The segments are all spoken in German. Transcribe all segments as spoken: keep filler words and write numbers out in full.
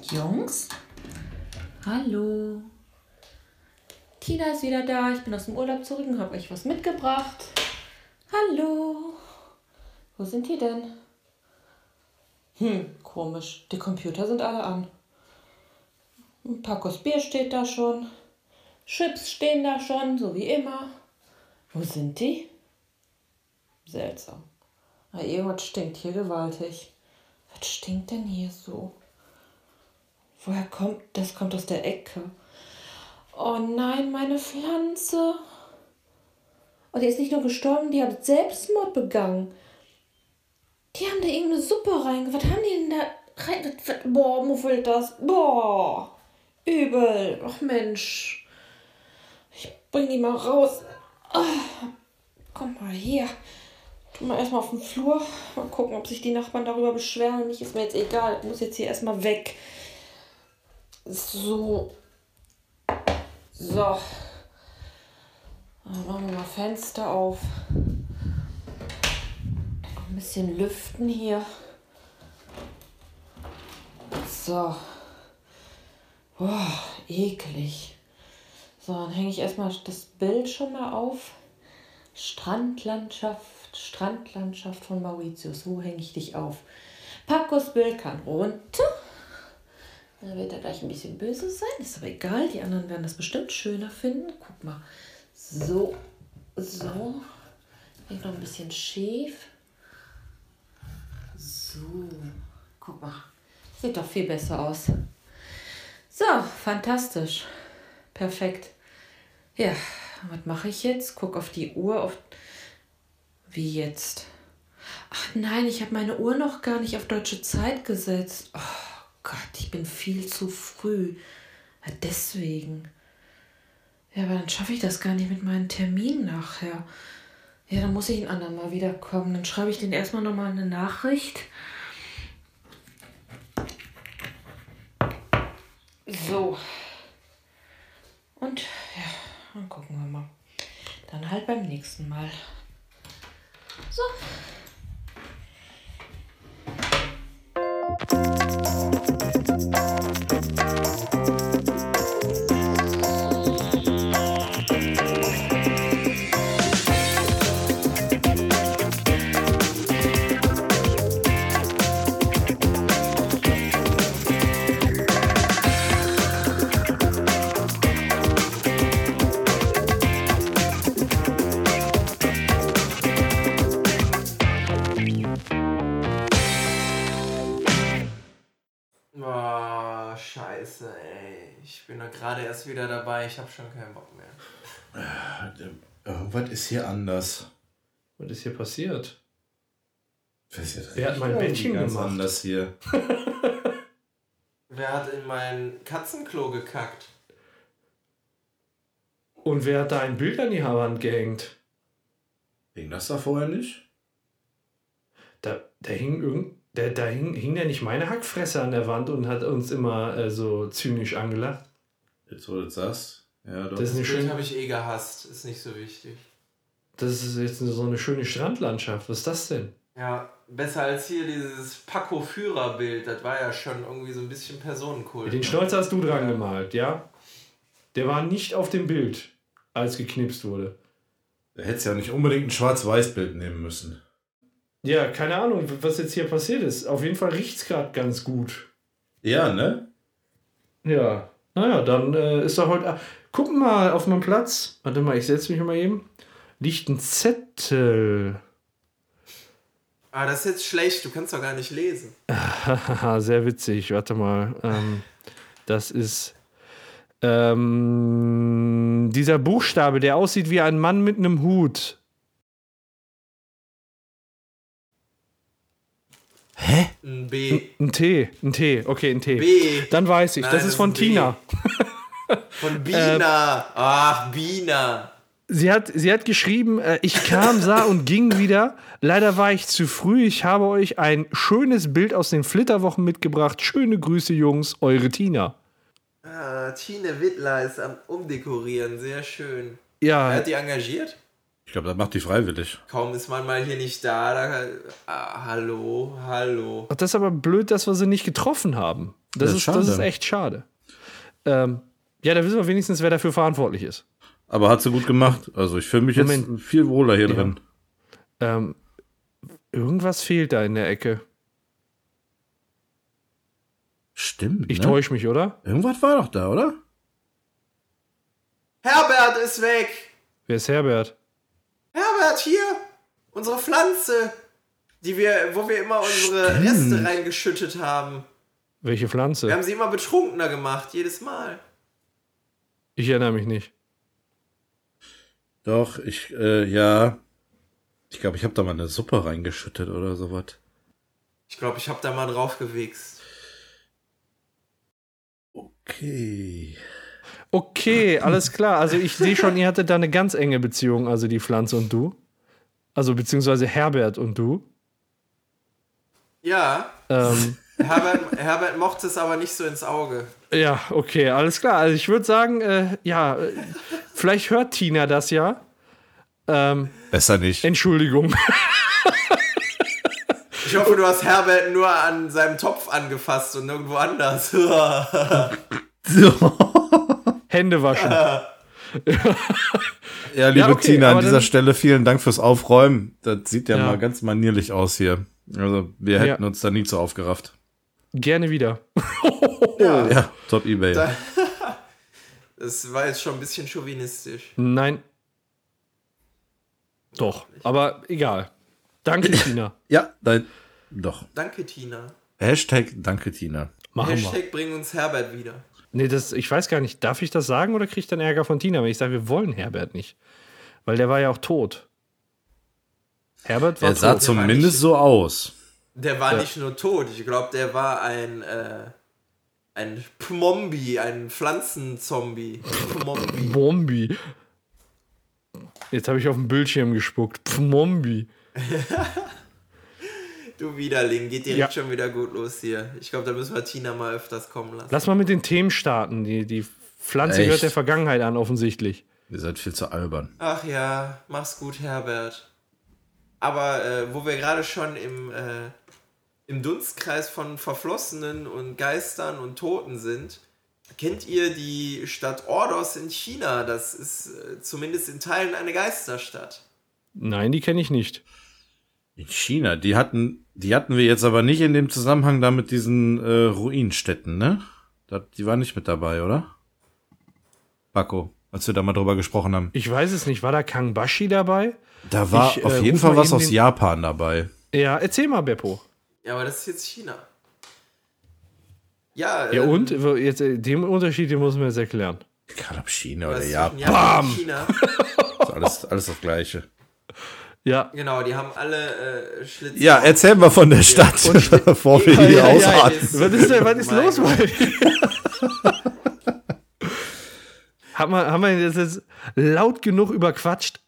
Jungs? Hallo. Tina ist wieder da. Ich bin aus dem Urlaub zurück und habe euch was mitgebracht. Hallo. Wo sind die denn? Hm, komisch. Die Computer sind alle an. Ein Pacos Bier steht da schon. Chips stehen da schon, so wie immer. Wo sind die? Seltsam. Aber irgendwas stinkt hier gewaltig. Was stinkt denn hier so? Woher kommt das? Kommt aus der Ecke. Oh nein, meine Pflanze. Oh, die ist nicht nur gestorben, die hat Selbstmord begangen. Die haben da irgendeine Suppe rein. Was haben die denn da rein? Was, was, boah, muffelt das. Boah, übel. Ach Mensch. Ich bring die mal raus. Oh, komm mal hier. Tu mal erstmal auf den Flur. Mal gucken, ob sich die Nachbarn darüber beschweren. Nicht, ist mir jetzt egal. Ich muss jetzt hier erstmal weg. So. So. Dann machen wir mal Fenster auf. Ein bisschen lüften hier. So. Boah, eklig. So, dann hänge ich erstmal das Bild schon mal auf. Strandlandschaft, Strandlandschaft von Mauritius. Wo hänge ich dich auf? Pacos Bild kann runter. Dann wird er gleich ein bisschen böse sein. Ist aber egal. Die anderen werden das bestimmt schöner finden. Guck mal. So. So. Hängt noch ein bisschen schief. So. Guck mal. Sieht doch viel besser aus. So. Fantastisch. Perfekt. Ja. Was mache ich jetzt? Guck auf die Uhr. Auf Wie jetzt? Ach nein, ich habe meine Uhr noch gar nicht auf deutsche Zeit gesetzt. Oh. Gott, ich bin viel zu früh. Ja, deswegen. Ja, aber dann schaffe ich das gar nicht mit meinen Terminen nachher. Ja, dann muss ich einen anderen Mal wiederkommen. Dann schreibe ich den erstmal nochmal eine Nachricht. So. Und ja, dann gucken wir mal. Dann halt beim nächsten Mal. So. Boah, scheiße, ey. Ich bin da gerade erst wieder dabei, ich hab schon keinen Bock mehr. Äh, was ist hier anders? Was ist hier passiert? Wer hat mein Bettchen ganz gemacht? Anders hier. Wer hat in mein Katzenklo gekackt? Und wer hat da ein Bild an die Wand gehängt? Hing das da vorher nicht? Da, da hing irgend, da, da hing, hing ja nicht meine Hackfresse an der Wand und hat uns immer äh, so zynisch angelacht. Jetzt, wo du das sagst. Ja, doch. Das, das Bild habe ich eh gehasst, ist nicht so wichtig. Das ist jetzt so eine schöne Strandlandschaft. Was ist das denn? Ja, besser als hier dieses Paco-Führer-Bild. Das war ja schon irgendwie so ein bisschen Personenkult. Den Schnäuzer hast du dran gemalt, ja? Der war nicht auf dem Bild, als geknipst wurde. Da hättest ja nicht unbedingt ein Schwarz-Weiß-Bild nehmen müssen. Ja, keine Ahnung, was jetzt hier passiert ist. Auf jeden Fall riecht es gerade ganz gut. Ja, ne? Ja. Naja, dann äh, ist doch heute... Ah, guck mal auf meinem Platz. Warte mal, ich setze mich mal eben. Liegt ein Zettel. Ah, das ist jetzt schlecht. Du kannst doch gar nicht lesen. Sehr witzig. Warte mal. Ähm, das ist... Ähm, dieser Buchstabe, der aussieht wie ein Mann mit einem Hut. Hä? Ein B. Ein, ein T. Ein T. Okay, ein T. B. Dann weiß ich. Nein, das ist von das ist Tina. Von Bina. Ach, Bina. Sie hat, sie hat geschrieben, äh, ich kam, sah und ging wieder. Leider war ich zu früh. Ich habe euch ein schönes Bild aus den Flitterwochen mitgebracht. Schöne Grüße, Jungs. Eure Tina. Ah, Tine Wittler ist am Umdekorieren. Sehr schön. Ja. Wer hat die engagiert? Ich glaube, das macht die freiwillig. Kaum ist man mal hier nicht da, da ah, hallo, hallo. Ach, das ist aber blöd, dass wir sie nicht getroffen haben. Das, Das ist ist, das schade. ist echt schade. Ähm, ja, da wissen wir wenigstens, wer dafür verantwortlich ist. Aber hat sie gut gemacht. Also ich fühle mich Moment. jetzt viel wohler hier Ja. drin. Ähm, irgendwas fehlt da in der Ecke. Stimmt, Ich ne? täusche mich, oder? Irgendwas war doch da, oder? Herbert ist weg! Wer ist Herbert? Herbert, hier! Unsere Pflanze! Die wir, wo wir immer unsere Stimmt. Reste reingeschüttet haben. Welche Wir Pflanze? haben sie immer betrunkener gemacht, jedes Mal. Ich erinnere mich nicht. Doch, ich, äh, ja. Ich glaube, ich habe da mal eine Suppe reingeschüttet oder sowas. Ich glaube, ich habe da mal drauf gewichst. Okay. Okay, alles klar. Also ich sehe schon, ihr hattet da eine ganz enge Beziehung, also die Pflanze und du. Also beziehungsweise Herbert und du. Ja, Ähm, Herbert, Herbert mochte es aber nicht so ins Auge. ja, okay, alles klar. Also ich würde sagen, äh, ja, äh, vielleicht hört Tina das ja. Ähm, Besser nicht. Entschuldigung. Ich hoffe, du hast Herbert nur an seinem Topf angefasst und nirgendwo anders. Hände waschen. Ja, liebe Ja, okay, Tina, an aber dieser dann- Stelle vielen Dank fürs Aufräumen. Das sieht ja, Ja. mal ganz manierlich aus hier. Also, wir hätten Ja. uns da nie zu aufgerafft. Gerne wieder. Ja, Ja, top eBay. Da- das war jetzt schon ein bisschen chauvinistisch. Nein. Doch, aber egal. Danke, Tina. Ja, dein, doch. Danke, Tina. Hashtag Danke, Tina. Machen wir. Hashtag bring uns Herbert wieder. Nee, das, ich weiß gar nicht, darf ich das sagen oder kriege ich dann Ärger von Tina, wenn ich sage, wir wollen Herbert nicht? Weil der war ja auch tot. Herbert war Er sah tot. zumindest so aus. Der war Ja. nicht nur tot, ich glaube, der war ein, äh, ein Pmombi, ein Pflanzenzombie. Pmombi. Bombi. Jetzt habe ich auf den Bildschirm gespuckt. Pmombi. Du Widerling, geht direkt Ja. schon wieder gut los hier. Ich glaube, da müssen wir Tina mal öfters kommen lassen. Lass mal mit den Themen starten. Die, die Pflanze Echt? gehört der Vergangenheit an, offensichtlich. Ihr seid viel zu albern. Ach ja, mach's gut, Herbert. Aber äh, wo wir gerade schon im, äh, im Dunstkreis von Verflossenen und Geistern und Toten sind, kennt ihr die Stadt Ordos in China? Das ist äh, zumindest in Teilen eine Geisterstadt. Nein, die kenne ich nicht. In China, die hatten, die hatten wir jetzt aber nicht in dem Zusammenhang da mit diesen äh, Ruinenstädten, ne? Da, die waren nicht mit dabei, oder? Paco, als wir da mal drüber gesprochen haben. Ich weiß es nicht. War da Kangbashi dabei? Da war Ich, äh, auf jeden ruf Fall mal was eben aus den- Japan dabei. Ja, erzähl mal, Beppo. Ja, aber das ist jetzt China. Ja, Ja, ähm, und? Jetzt, äh, den Unterschied, den muss man jetzt erklären. Egal ob China was oder zwischen Japan. Japan und China. Ist alles, alles das Gleiche. Ja. Genau, die haben alle äh, Schlitze. Ja, erzähl mal von der Stadt, bevor wir Ja, hier ja, ja, ausatmen. ist- Was ist denn, was ist Mein los Gott. bei dir? Haben wir, haben wir das jetzt laut genug überquatscht?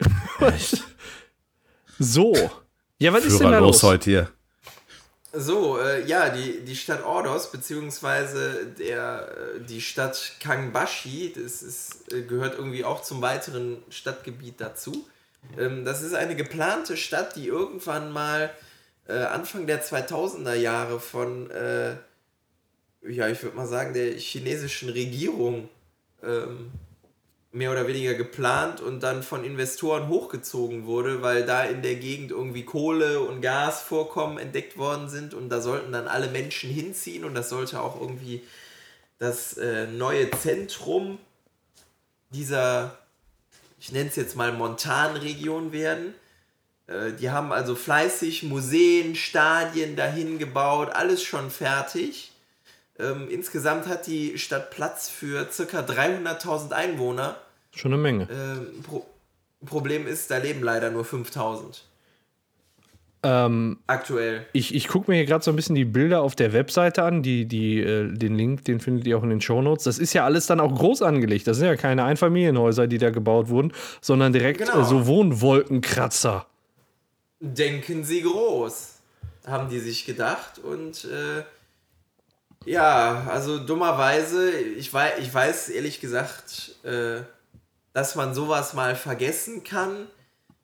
So. Ja, was ist denn da Führer los los? heute hier. So, äh, ja, die, die Stadt Ordos, beziehungsweise der, äh, die Stadt Kangbashi, das ist, äh, gehört irgendwie auch zum weiteren Stadtgebiet dazu. Ähm, das ist eine geplante Stadt, die irgendwann mal äh, Anfang der zweitausender Jahre von, äh, ja, ich würde mal sagen, der chinesischen Regierung ähm, mehr oder weniger geplant und dann von Investoren hochgezogen wurde, weil da in der Gegend irgendwie Kohle- und Gasvorkommen entdeckt worden sind und da sollten dann alle Menschen hinziehen und das sollte auch irgendwie das äh, neue Zentrum dieser, ich nenne es jetzt mal Montanregion werden. Äh, die haben also fleißig Museen, Stadien dahin gebaut, alles schon fertig. Ähm, insgesamt hat die Stadt Platz für ca. dreihunderttausend Einwohner. Schon eine Menge. Ähm, Pro- Problem ist, da leben leider nur fünftausend. Ähm, Aktuell. ich ich gucke mir hier gerade so ein bisschen die Bilder auf der Webseite an. Die, die, äh, den Link, den findet ihr auch in den Shownotes. Das ist ja alles dann auch groß angelegt. Das sind ja keine Einfamilienhäuser, die da gebaut wurden, sondern direkt Genau. äh, so Wohnwolkenkratzer. Denken Sie groß, haben die sich gedacht. Und äh, ja, also dummerweise, ich weiß, ich weiß ehrlich gesagt, äh, dass man sowas mal vergessen kann.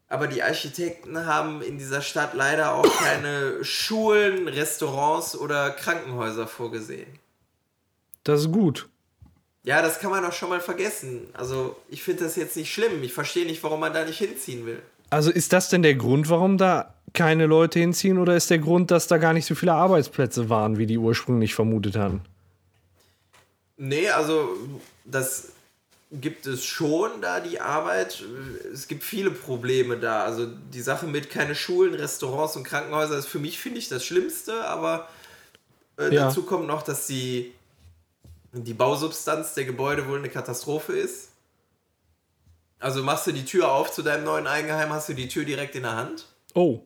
aber die Architekten haben in dieser Stadt leider auch keine Schulen, Restaurants oder Krankenhäuser vorgesehen. Das ist gut. Ja, das kann man doch schon mal vergessen. Also ich finde das jetzt nicht schlimm. Ich verstehe nicht, warum man da nicht hinziehen will. Also ist das denn der Grund, warum da keine Leute hinziehen, oder ist der Grund, dass da gar nicht so viele Arbeitsplätze waren, wie die ursprünglich vermutet hatten? Nee, also das gibt es schon da, die Arbeit. Es gibt viele Probleme da. Also die Sache mit keine Schulen, Restaurants und Krankenhäuser ist für mich, finde ich, das Schlimmste. Aber äh, Ja. dazu kommt noch, dass die, die Bausubstanz der Gebäude wohl eine Katastrophe ist. Also machst du die Tür auf zu deinem neuen Eigenheim, hast du die Tür direkt in der Hand. Oh.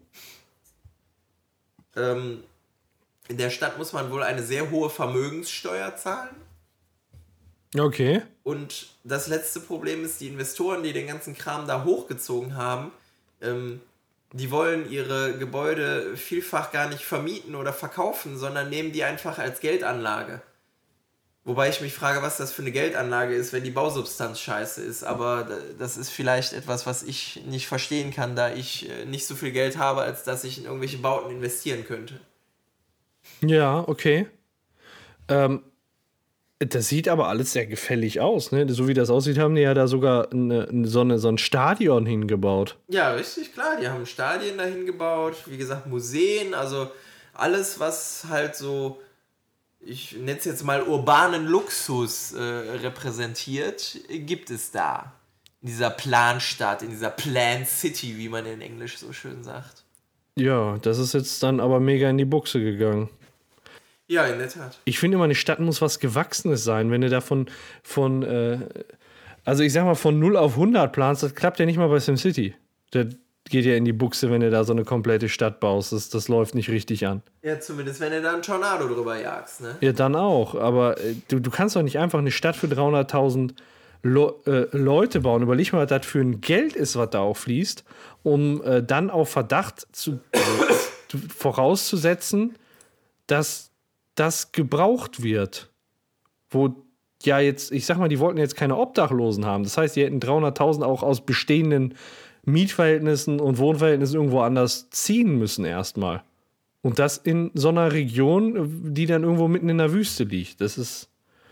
Ähm, in der Stadt muss man wohl eine sehr hohe Vermögenssteuer zahlen. Okay. Und das letzte Problem ist, die Investoren, die den ganzen Kram da hochgezogen haben, ähm, die wollen ihre Gebäude vielfach gar nicht vermieten oder verkaufen, sondern nehmen die einfach als Geldanlage. Wobei ich mich frage, was das für eine Geldanlage ist, wenn die Bausubstanz scheiße ist. Aber das ist vielleicht etwas, was ich nicht verstehen kann, da ich nicht so viel Geld habe, als dass ich in irgendwelche Bauten investieren könnte. Ja, okay. Ähm, das sieht aber alles sehr gefällig aus, ne? So wie das aussieht, haben die ja da sogar eine, so, eine, so ein Stadion hingebaut. Ja, richtig, klar. Die haben Stadien dahin gebaut, wie gesagt, Museen, also alles, was halt so, ich nenne es jetzt mal urbanen Luxus äh, repräsentiert, gibt es da. In dieser Planstadt, in dieser Plan City, wie man in Englisch so schön sagt. Ja, das ist jetzt dann aber mega in die Buchse gegangen. Ja, in der Tat. Ich finde immer, eine Stadt muss was Gewachsenes sein. Wenn du davon von, äh, also ich sag mal, von null auf hundert planst, das klappt ja nicht mal bei SimCity. Das geht ja in die Buchse, wenn du da so eine komplette Stadt baust. Das, das läuft nicht richtig an. Ja, zumindest wenn du da einen Tornado drüber jagst, ne? Ja, dann auch. Aber äh, du, du kannst doch nicht einfach eine Stadt für dreihunderttausend Le- äh, Leute bauen. Überleg mal, was das für ein Geld ist, was da auch fließt, um äh, dann auf Verdacht zu, äh, vorauszusetzen, dass das gebraucht wird. Wo ja jetzt, ich sag mal, die wollten jetzt keine Obdachlosen haben. Das heißt, die hätten dreihunderttausend auch aus bestehenden Mietverhältnissen und Wohnverhältnissen irgendwo anders ziehen müssen erstmal. Und das in so einer Region, die dann irgendwo mitten in der Wüste liegt. Das ist,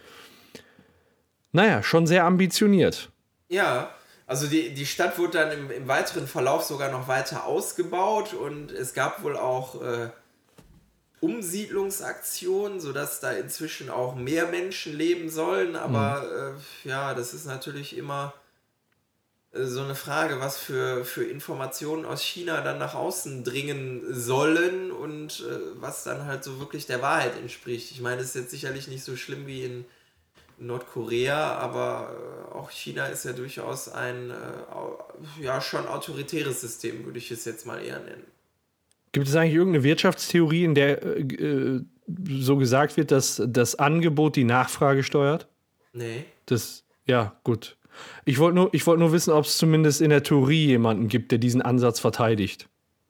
naja, schon sehr ambitioniert. Ja, also die, die Stadt wurde dann im, im weiteren Verlauf sogar noch weiter ausgebaut und es gab wohl auch äh, Umsiedlungsaktionen, sodass da inzwischen auch mehr Menschen leben sollen, aber mhm. äh, ja, das ist natürlich immer äh, so eine Frage, was für, für Informationen aus China dann nach außen dringen sollen und äh, was dann halt so wirklich der Wahrheit entspricht. Ich meine, es ist jetzt sicherlich nicht so schlimm wie in Nordkorea, aber äh, auch China ist ja durchaus ein äh, ja schon autoritäres System, würde ich es jetzt mal eher nennen. Gibt es eigentlich irgendeine Wirtschaftstheorie, in der äh, so gesagt wird, dass das Angebot die Nachfrage steuert? Nee. Das, ja, gut. Ich wollte nur, ich wollte nur wissen, ob es zumindest in der Theorie jemanden gibt, der diesen Ansatz verteidigt.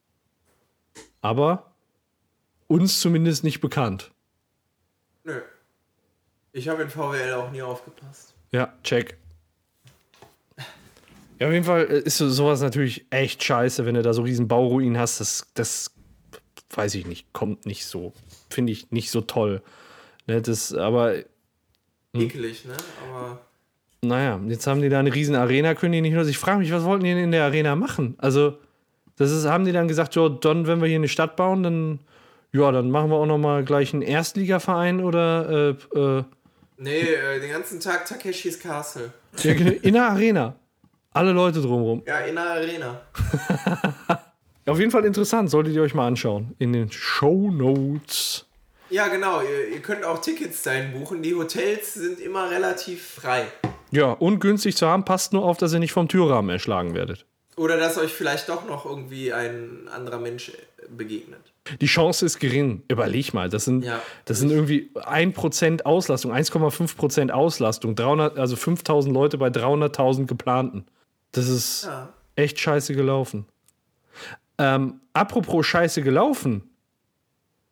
Aber uns zumindest nicht bekannt. Nö. Ich habe in V W L auch nie aufgepasst. Ja, check. Ja, auf jeden Fall ist so, sowas natürlich echt scheiße, wenn du da so riesen Bauruinen hast. Das, das weiß ich nicht, kommt nicht so. Finde ich nicht so toll. Ne, das, aber. Hm. Ekelig, ne? Aber. Naja, jetzt haben die da eine riesen Arena, können die nicht nur. Ich frage mich, was wollten die denn in der Arena machen? Also, das ist, haben die dann gesagt, ja, dann, wenn wir hier eine Stadt bauen, dann, ja, dann machen wir auch noch mal gleich einen Erstligaverein oder, äh, äh, nee, äh, den ganzen Tag Takeshis Castle. in der Arena. Alle Leute drumherum. Ja, in der Arena. Auf jeden Fall interessant, solltet ihr euch mal anschauen. In den Shownotes. Ja, genau. Ihr, ihr könnt auch Tickets dahin buchen. Die Hotels sind immer relativ frei. Ja, und günstig zu haben, passt nur auf, dass ihr nicht vom Türrahmen erschlagen werdet. Oder dass euch vielleicht doch noch irgendwie ein anderer Mensch begegnet. Die Chance ist gering. Überleg mal, das sind, ja, das sind irgendwie ein Prozent Auslastung, eins Komma fünf Prozent Auslastung, dreihundert, also fünftausend Leute bei dreihunderttausend geplanten. Das ist ja. echt scheiße gelaufen. Ähm, apropos scheiße gelaufen.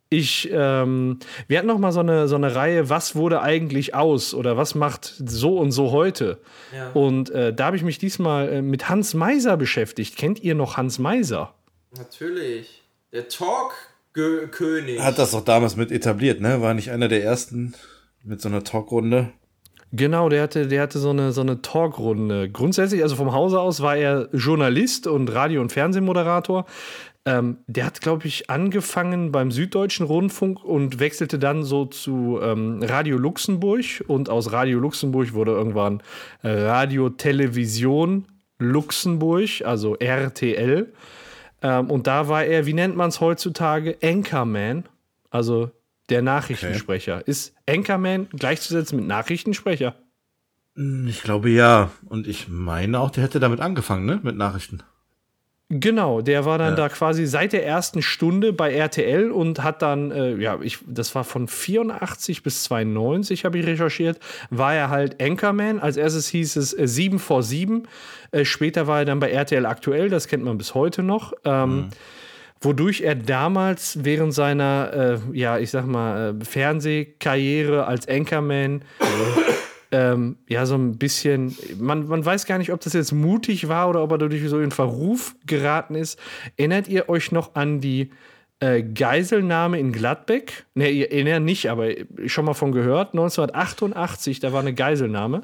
Ich, ähm, wir hatten noch mal so eine, so eine Reihe, was wurde eigentlich aus oder was macht so und so heute? Ja. Und äh, da habe ich mich diesmal äh, mit Hans Meiser beschäftigt. Kennt ihr noch Hans Meiser? Natürlich. Der Talk-König. Hat das doch damals mit etabliert, ne? War nicht einer der ersten mit so einer Talkrunde? Genau, der hatte, der hatte so eine, so eine Talkrunde. Grundsätzlich, also vom Hause aus war er Journalist und Radio- und Fernsehmoderator. Ähm, der hat, glaube ich, angefangen beim Süddeutschen Rundfunk und wechselte dann so zu ähm, Radio Luxemburg. Und aus Radio Luxemburg wurde irgendwann äh, Radio Television Luxemburg, also R T L. Ähm, und da war er, wie nennt man es heutzutage, Anchorman, also der Nachrichtensprecher. Okay. Ist Anchorman gleichzusetzen mit Nachrichtensprecher? Ich glaube ja. Und ich meine auch, der hätte damit angefangen, ne? Mit Nachrichten. Genau, der war dann Ja. da quasi seit der ersten Stunde bei R T L und hat dann, äh, ja, ich, das war von vierundachtzig bis zweiundneunzig, habe ich recherchiert, war er halt Anchorman. Als erstes hieß es äh, sieben vor sieben. Äh, später war er dann bei R T L aktuell, das kennt man bis heute noch. Ähm, mhm. Wodurch er damals während seiner, äh, ja, ich sag mal, äh, Fernsehkarriere als Anchorman ähm, ja, so ein bisschen, man, man weiß gar nicht, ob das jetzt mutig war oder ob er dadurch so in Verruf geraten ist. Erinnert ihr euch noch an die äh, Geiselnahme in Gladbeck? Ne, ihr erinnert nicht, aber schon mal von gehört. neunzehnhundertachtundachtzig, da war eine Geiselnahme.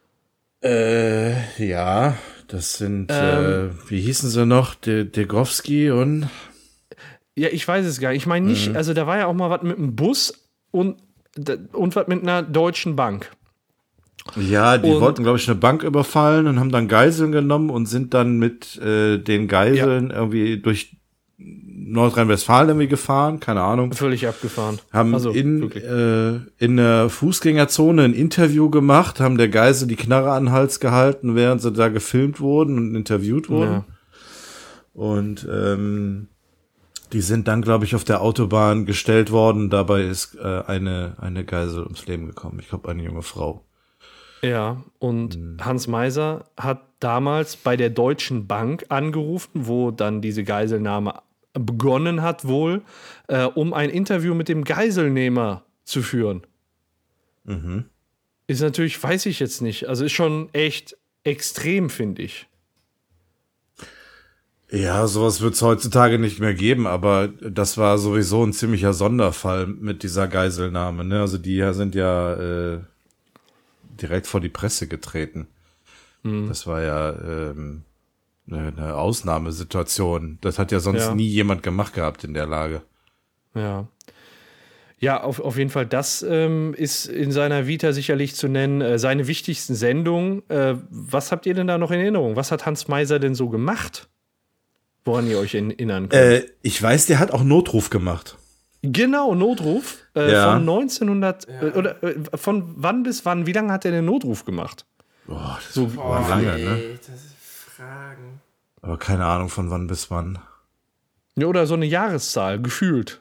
Äh, ja, das sind, ähm, äh, wie hießen sie noch? De Degowski und... Ja, ich weiß es gar nicht. Ich meine nicht, mhm. also da war ja auch mal was mit einem Bus und, und was mit einer Deutschen Bank. Ja, die und, wollten, glaube ich, eine Bank überfallen und haben dann Geiseln genommen und sind dann mit äh, den Geiseln ja. irgendwie durch Nordrhein-Westfalen irgendwie gefahren, keine Ahnung. Völlig abgefahren. Haben also, in, äh, in der Fußgängerzone ein Interview gemacht, haben der Geisel die Knarre an den Hals gehalten, während sie da gefilmt wurden und interviewt wurden. Ja. Und ähm, die sind dann, glaube ich, auf der Autobahn gestellt worden. Dabei ist äh, eine, eine Geisel ums Leben gekommen. Ich glaube, eine junge Frau. Ja, und mhm. Hans Meiser hat damals bei der Deutschen Bank angerufen, wo dann diese Geiselnahme begonnen hat wohl, äh, um ein Interview mit dem Geiselnehmer zu führen. Mhm. Ist natürlich, weiß ich jetzt nicht, also ist schon echt extrem, finde ich. Ja, sowas wird es heutzutage nicht mehr geben, aber das war sowieso ein ziemlicher Sonderfall mit dieser Geiselnahme, ne? Also die sind ja äh, direkt vor die Presse getreten. Mhm. Das war ja ähm, eine Ausnahmesituation. Das hat ja sonst ja. nie jemand gemacht gehabt in der Lage. Ja. Ja, auf, auf jeden Fall, das ähm, ist in seiner Vita sicherlich zu nennen. Äh, seine wichtigsten Sendungen. Äh, was habt ihr denn da noch in Erinnerung? Was hat Hans Meiser denn so gemacht? Woran ihr euch erinnern könnt? Äh, ich weiß, der hat auch Notruf gemacht. Genau, Notruf. Äh, ja. Von neunzehnhundert ja. äh, oder äh, von wann bis wann? Wie lange hat er den Notruf gemacht? Boah, das so war lange, ey, ne? Das ist Fragen. Aber keine Ahnung von wann bis wann. Ja, oder so eine Jahreszahl, gefühlt.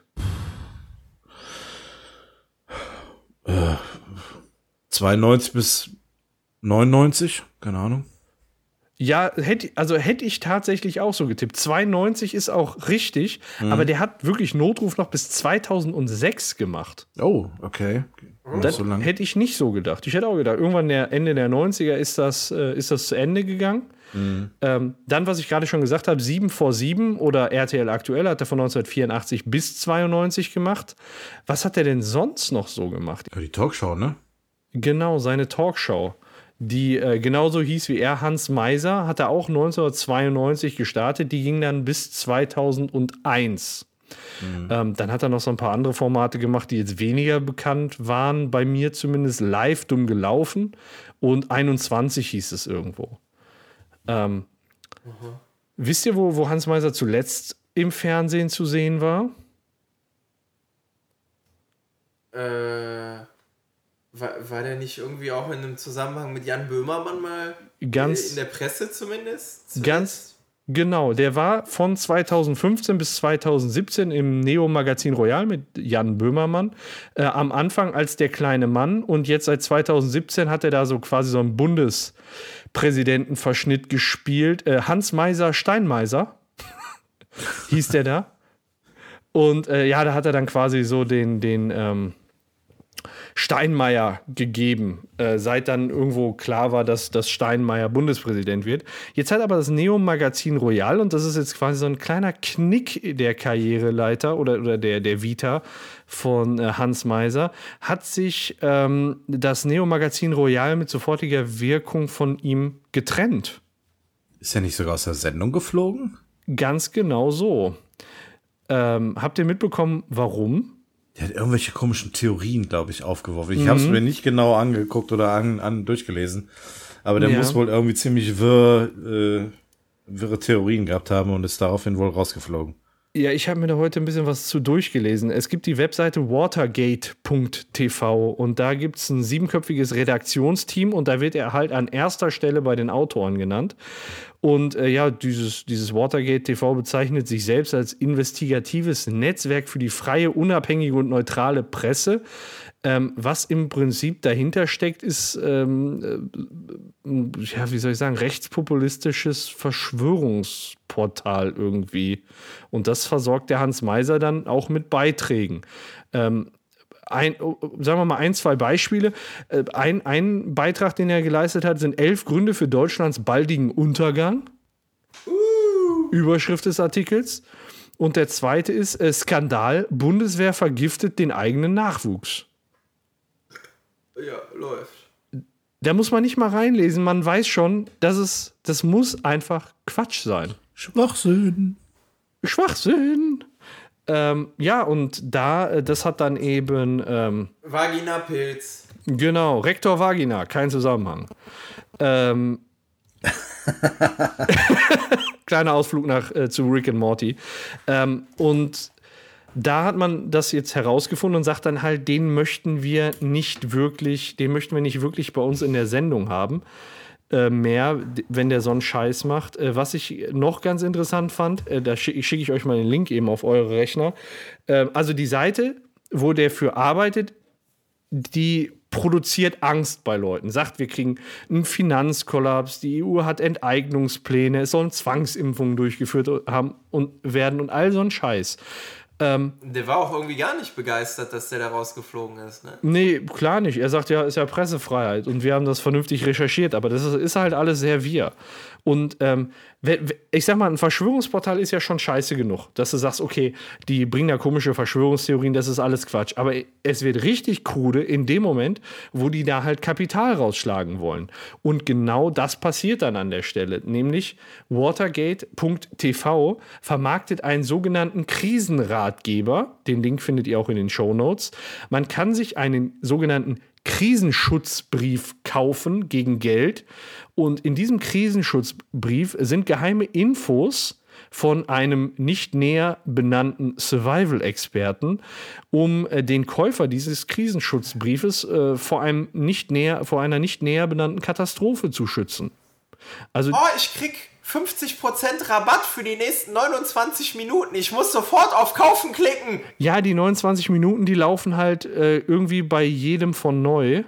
Äh, zweiundneunzig bis neunundneunzig, keine Ahnung. Ja, hätte, also hätte ich tatsächlich auch so getippt. zweiundneunzig ist auch richtig, mhm. aber der hat wirklich Notruf noch bis zweitausendsechs gemacht. Oh, okay. Das so hätte ich nicht so gedacht. Ich hätte auch gedacht, irgendwann der Ende der neunziger ist das, äh, ist das zu Ende gegangen. Mhm. Ähm, dann, was ich gerade schon gesagt habe, sieben vor sieben oder R T L aktuell hat er von neunzehnhundertvierundachtzig bis zweiundneunzig gemacht. Was hat er denn sonst noch so gemacht? Ja, die Talkshow, ne? Genau, seine Talkshow. Die äh, genauso hieß wie er, Hans Meiser, hat er auch neunzehnhundertzweiundneunzig gestartet. Die ging dann bis zweitausendeins. Mhm. Ähm, dann hat er noch so ein paar andere Formate gemacht, die jetzt weniger bekannt waren, bei mir zumindest. Live, dumm gelaufen und einundzwanzig hieß es irgendwo. Ähm, mhm. Wisst ihr, wo, wo Hans Meiser zuletzt im Fernsehen zu sehen war? Äh... War, war der nicht irgendwie auch in einem Zusammenhang mit Jan Böhmermann mal ganz, in der Presse zumindest? Zuletzt? Ganz genau. Der war von zweitausendfünfzehn bis zweitausendsiebzehn im Neo-Magazin Royal mit Jan Böhmermann. Äh, am Anfang als der kleine Mann und jetzt seit zweitausendsiebzehn hat er da so quasi so einen Bundespräsidentenverschnitt gespielt. Äh, Hans Meiser Steinmeiser hieß der da. Und äh, ja, da hat er dann quasi so den, den ähm, Steinmeier gegeben, äh, seit dann irgendwo klar war, dass, dass Steinmeier Bundespräsident wird. Jetzt hat aber das Neo-Magazin Royal, und das ist jetzt quasi so ein kleiner Knick der Karriereleiter oder, oder der, der Vita von äh, Hans Meiser, hat sich ähm, das Neo-Magazin Royal mit sofortiger Wirkung von ihm getrennt. Ist er nicht sogar aus der Sendung geflogen? Ganz genau so. Ähm, habt ihr mitbekommen, warum? Der hat irgendwelche komischen Theorien, glaube ich, aufgeworfen. Ich mhm. habe es mir nicht genau angeguckt oder an, an durchgelesen. Aber der ja. muss wohl irgendwie ziemlich wirr, äh, wirre Theorien gehabt haben und ist daraufhin wohl rausgeflogen. Ja, ich habe mir da heute ein bisschen was zu durchgelesen. Es gibt die Webseite watergate punkt t v und da gibt es ein siebenköpfiges Redaktionsteam und da wird er halt an erster Stelle bei den Autoren genannt. Und äh, ja, dieses, dieses Watergate T V bezeichnet sich selbst als investigatives Netzwerk für die freie, unabhängige und neutrale Presse. Ähm, was im Prinzip dahinter steckt, ist, ähm, äh, ja, wie soll ich sagen, rechtspopulistisches Verschwörungsportal irgendwie. Und das versorgt der Hans Meiser dann auch mit Beiträgen. Ähm, Ein, sagen wir mal ein, zwei Beispiele. Ein, ein Beitrag, den er geleistet hat, sind elf Gründe für Deutschlands baldigen Untergang. Uh. Überschrift des Artikels. Und der zweite ist äh, Skandal, Bundeswehr vergiftet den eigenen Nachwuchs. Ja, läuft. Da muss man nicht mal reinlesen. Man weiß schon, dass es, das muss einfach Quatsch sein. Schwachsinn. Schwachsinn. Ähm, ja, und da, das hat dann eben ähm, Vaginapilz. Genau, Rektor Vagina, kein Zusammenhang. Ähm, kleiner Ausflug nach, äh, zu Rick and Morty. Ähm, und da hat man das jetzt herausgefunden und sagt dann halt, den möchten wir nicht wirklich, den möchten wir nicht wirklich bei uns in der Sendung haben. Äh, mehr, wenn der so einen Scheiß macht. Äh, was ich noch ganz interessant fand, äh, da schicke schick ich euch mal den Link eben auf eure Rechner. Äh, also die Seite, wo der für arbeitet, die produziert Angst bei Leuten. Sagt, wir kriegen einen Finanzkollaps, die E U hat Enteignungspläne, es sollen Zwangsimpfungen durchgeführt haben und werden und all so ein Scheiß. Ähm, der war auch irgendwie gar nicht begeistert, dass der da rausgeflogen ist, ne? Nee, klar nicht. Er sagt ja, ist ja Pressefreiheit und wir haben das vernünftig recherchiert, aber das ist, ist halt alles sehr wir. Und ähm, ich sag mal, ein Verschwörungsportal ist ja schon scheiße genug, dass du sagst, okay, die bringen da komische Verschwörungstheorien, das ist alles Quatsch. Aber es wird richtig krude in dem Moment, wo die da halt Kapital rausschlagen wollen. Und genau das passiert dann an der Stelle. Nämlich watergate punkt t v vermarktet einen sogenannten Krisenratgeber. Den Link findet ihr auch in den Shownotes. Man kann sich einen sogenannten Krisenschutzbrief kaufen gegen Geld. Und in diesem Krisenschutzbrief sind geheime Infos von einem nicht näher benannten Survival-Experten, um äh, den Käufer dieses Krisenschutzbriefes äh, vor, einem nicht näher, vor einer nicht näher benannten Katastrophe zu schützen. Also, oh, ich krieg fünfzig Prozent Rabatt für die nächsten neunundzwanzig Minuten. Ich muss sofort auf Kaufen klicken. Ja, die neunundzwanzig Minuten, die laufen halt äh, irgendwie bei jedem von neu.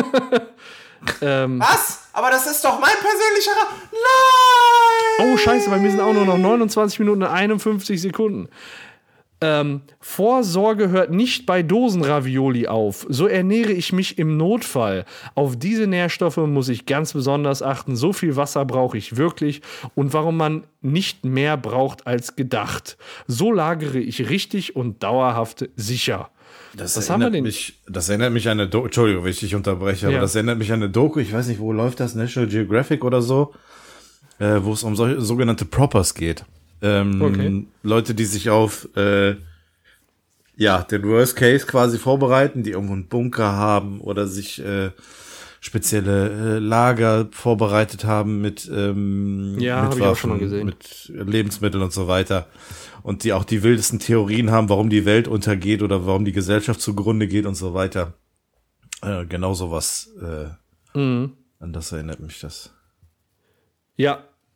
ähm, Was? Aber das ist doch mein persönlicher Rabatt. Nein! Oh, scheiße, bei mir sind auch nur noch neunundzwanzig Minuten und einundfünfzig Sekunden. Ähm, Vorsorge hört nicht bei Dosenravioli auf. So ernähre ich mich im Notfall. Auf diese Nährstoffe muss ich ganz besonders achten. So viel Wasser brauche ich wirklich. Und warum man nicht mehr braucht als gedacht. So lagere ich richtig und dauerhaft sicher. Das, Was haben wir denn? Mich, das erinnert mich an eine Doku. Entschuldigung, wenn ich dich unterbreche, aber ja. Das erinnert mich an eine Doku. Ich weiß nicht, wo läuft das? National Geographic oder so? Äh, wo es um solche, sogenannte Proppers geht. Ähm, okay. Leute, die sich auf äh, ja, den Worst Case quasi vorbereiten, die irgendwo einen Bunker haben oder sich äh, spezielle äh, Lager vorbereitet haben mit, ähm, ja, mit hab Waffen, ich auch schon mal gesehen. Mit Lebensmitteln und so weiter. Und die auch die wildesten Theorien haben, warum die Welt untergeht oder warum die Gesellschaft zugrunde geht und so weiter. Äh, genau sowas. Äh, mhm. An das erinnert mich das. Ja.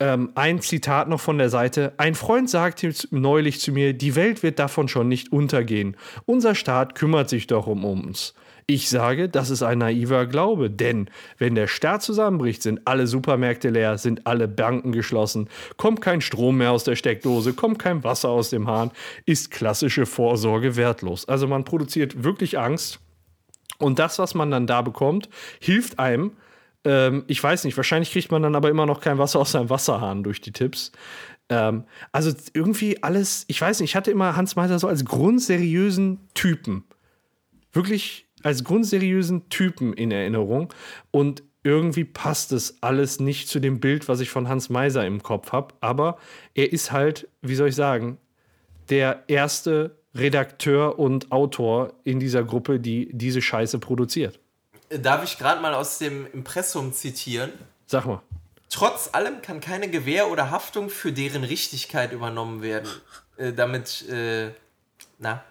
Ähm, ein Zitat noch von der Seite. Ein Freund sagte neulich zu mir, die Welt wird davon schon nicht untergehen. Unser Staat kümmert sich doch um uns. Ich sage, das ist ein naiver Glaube, denn wenn der Staat zusammenbricht, sind alle Supermärkte leer, sind alle Banken geschlossen, kommt kein Strom mehr aus der Steckdose, kommt kein Wasser aus dem Hahn, ist klassische Vorsorge wertlos. Also man produziert wirklich Angst und das, was man dann da bekommt, hilft einem. Ähm, ich weiß nicht, wahrscheinlich kriegt man dann aber immer noch kein Wasser aus seinem Wasserhahn durch die Tipps. Ähm, also irgendwie alles, ich weiß nicht, ich hatte immer Hans Meiser so als grundseriösen Typen. Wirklich als grundseriösen Typen in Erinnerung. Und irgendwie passt es alles nicht zu dem Bild, was ich von Hans Meiser im Kopf habe. Aber er ist halt, wie soll ich sagen, der erste Redakteur und Autor in dieser Gruppe, die diese Scheiße produziert. Darf ich gerade mal aus dem Impressum zitieren? Sag mal. Trotz allem kann keine Gewähr oder Haftung für deren Richtigkeit übernommen werden. Äh, damit, äh, na...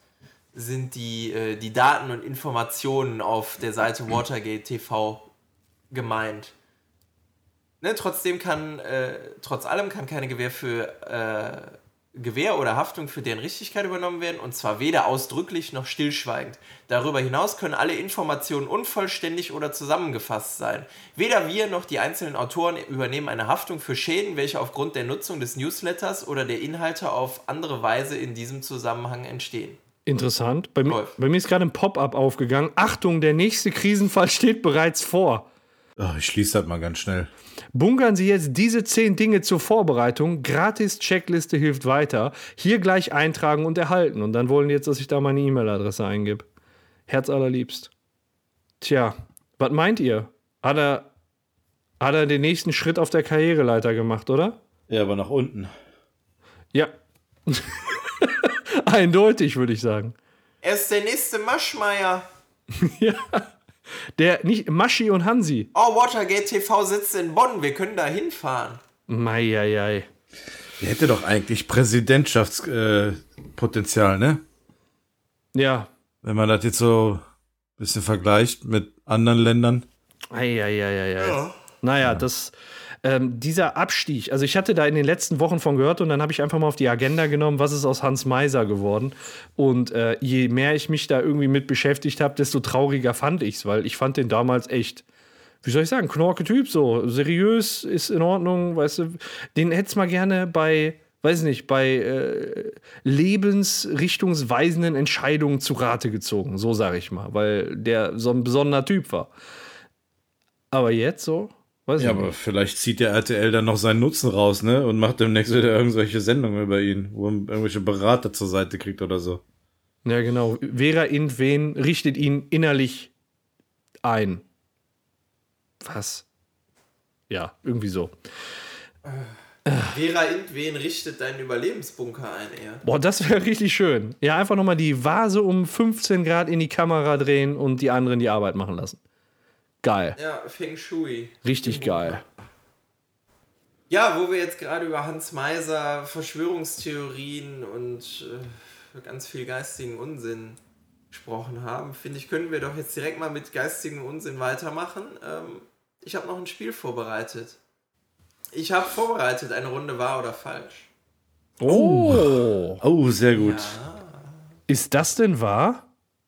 sind die, äh, die Daten und Informationen auf der Seite Watergate T V gemeint. Ne, trotzdem kann, äh, trotz allem kann keine Gewähr für äh, Gewähr oder Haftung für deren Richtigkeit übernommen werden, und zwar weder ausdrücklich noch stillschweigend. Darüber hinaus können alle Informationen unvollständig oder zusammengefasst sein. Weder wir noch die einzelnen Autoren übernehmen eine Haftung für Schäden, welche aufgrund der Nutzung des Newsletters oder der Inhalte auf andere Weise in diesem Zusammenhang entstehen. Interessant. Bei mir, bei mir ist gerade ein Pop-up aufgegangen. Achtung, der nächste Krisenfall steht bereits vor. Oh, ich schließe das mal ganz schnell. Bunkern Sie jetzt diese zehn Dinge zur Vorbereitung. Gratis-Checkliste hilft weiter. Hier gleich eintragen und erhalten. Und dann wollen die jetzt, dass ich da meine E-Mail-Adresse eingebe. Herz allerliebst. Tja, was meint ihr? Hat er, hat er den nächsten Schritt auf der Karriereleiter gemacht, oder? Ja, aber nach unten. Ja. Eindeutig, würde ich sagen. Er ist der nächste Maschmeyer. Ja. Der, nicht Maschi und Hansi. Oh, Watergate T V sitzt in Bonn. Wir können da hinfahren. Meieiei. Der hätte doch eigentlich Präsidentschaftspotenzial, äh, ne? Ja. Wenn man das jetzt so ein bisschen vergleicht mit anderen Ländern. Eieiei. Ja. Naja, das... Ähm, dieser Abstieg, also ich hatte da in den letzten Wochen von gehört und dann habe ich einfach mal auf die Agenda genommen, was ist aus Hans Meiser geworden. Und äh, je mehr ich mich da irgendwie mit beschäftigt habe, desto trauriger fand ich es, weil ich fand den damals echt, wie soll ich sagen, knorke Typ, so seriös, ist in Ordnung, weißt du, den hätt's mal gerne bei, weiß nicht, bei äh, lebensrichtungsweisenden Entscheidungen zu Rate gezogen, so sage ich mal, weil der so ein besonderer Typ war. Aber jetzt so... Weiß ja, nicht. aber vielleicht zieht der R T L dann noch seinen Nutzen raus, ne? Und macht demnächst wieder irgendwelche Sendungen über ihn, wo man irgendwelche Berater zur Seite kriegt oder so. Ja, genau. Vera Int-Wen richtet ihn innerlich ein. Was? Ja, irgendwie so. Vera Int-Wen richtet deinen Überlebensbunker ein, eher. Boah, das wäre richtig schön. Ja, einfach nochmal die Vase um fünfzehn Grad in die Kamera drehen und die anderen die Arbeit machen lassen. Geil. Ja, Feng Shui. Richtig geil. Ja, wo wir jetzt gerade über Hans Meiser, Verschwörungstheorien und äh, ganz viel geistigen Unsinn gesprochen haben, finde ich, können wir doch jetzt direkt mal mit geistigem Unsinn weitermachen. Ähm, ich habe noch ein Spiel vorbereitet. Ich habe vorbereitet, eine Runde wahr oder falsch. Oh. Oh, sehr gut. Ja. Ist das denn wahr?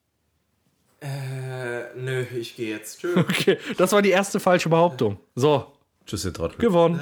Äh, nö, ich gehe jetzt. Tschö. Okay, das war die erste falsche Behauptung. So, Tschüss, ihr Trottel. gewonnen.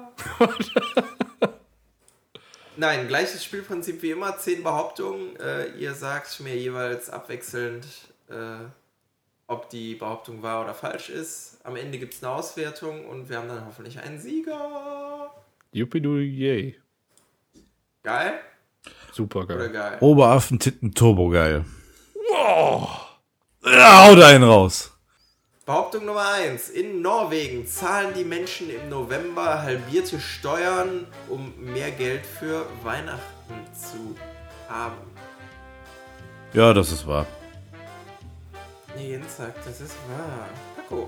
Nein, gleiches Spielprinzip wie immer, zehn Behauptungen. Äh, ihr sagt mir jeweils abwechselnd, äh, ob die Behauptung wahr oder falsch ist. Am Ende gibt es eine Auswertung und wir haben dann hoffentlich einen Sieger. Yuppie-du-yay. Geil? Super Oder geil. geil? Oberaffentitten Turbo geil. Wow. Ja, hau da einen raus. Behauptung Nummer eins. In Norwegen zahlen die Menschen im November halbierte Steuern, um mehr Geld für Weihnachten zu haben. Ja, das ist wahr. Jens sagt, das ist wahr. Paco.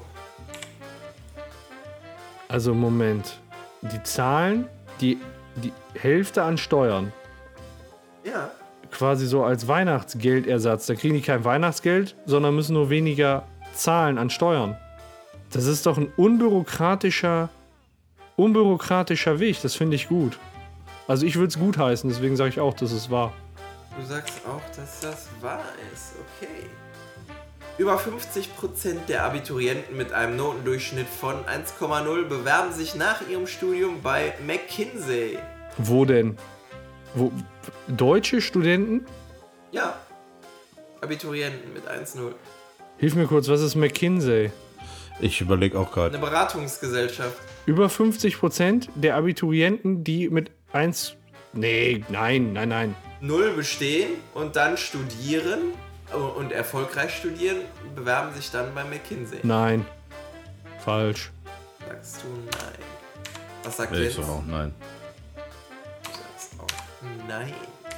Also Moment. Die zahlen die, die Hälfte an Steuern. Ja. Quasi so als Weihnachtsgeldersatz. Da kriegen die kein Weihnachtsgeld, sondern müssen nur weniger zahlen an Steuern. Das ist doch ein unbürokratischer unbürokratischer Weg. Das finde ich gut. Also ich würde es gut heißen, deswegen sage ich auch, dass es wahr. Du sagst auch, dass das wahr ist. Okay. Über fünfzig Prozent der Abiturienten mit einem Notendurchschnitt von eins Komma null bewerben sich nach ihrem Studium bei McKinsey. Wo denn? Wo? Deutsche Studenten? Ja. Abiturienten mit eins Komma null. Hilf mir kurz, was ist McKinsey? Ich überlege auch gerade. Eine Beratungsgesellschaft. Über fünfzig Prozent der Abiturienten, die mit eins... Nee, nein, nein, nein. Null bestehen und dann studieren und erfolgreich studieren, bewerben sich dann bei McKinsey. Nein. Falsch. Sagst du nein? Was sagt Ich Jens? sag auch nein. Du sagst auch nein.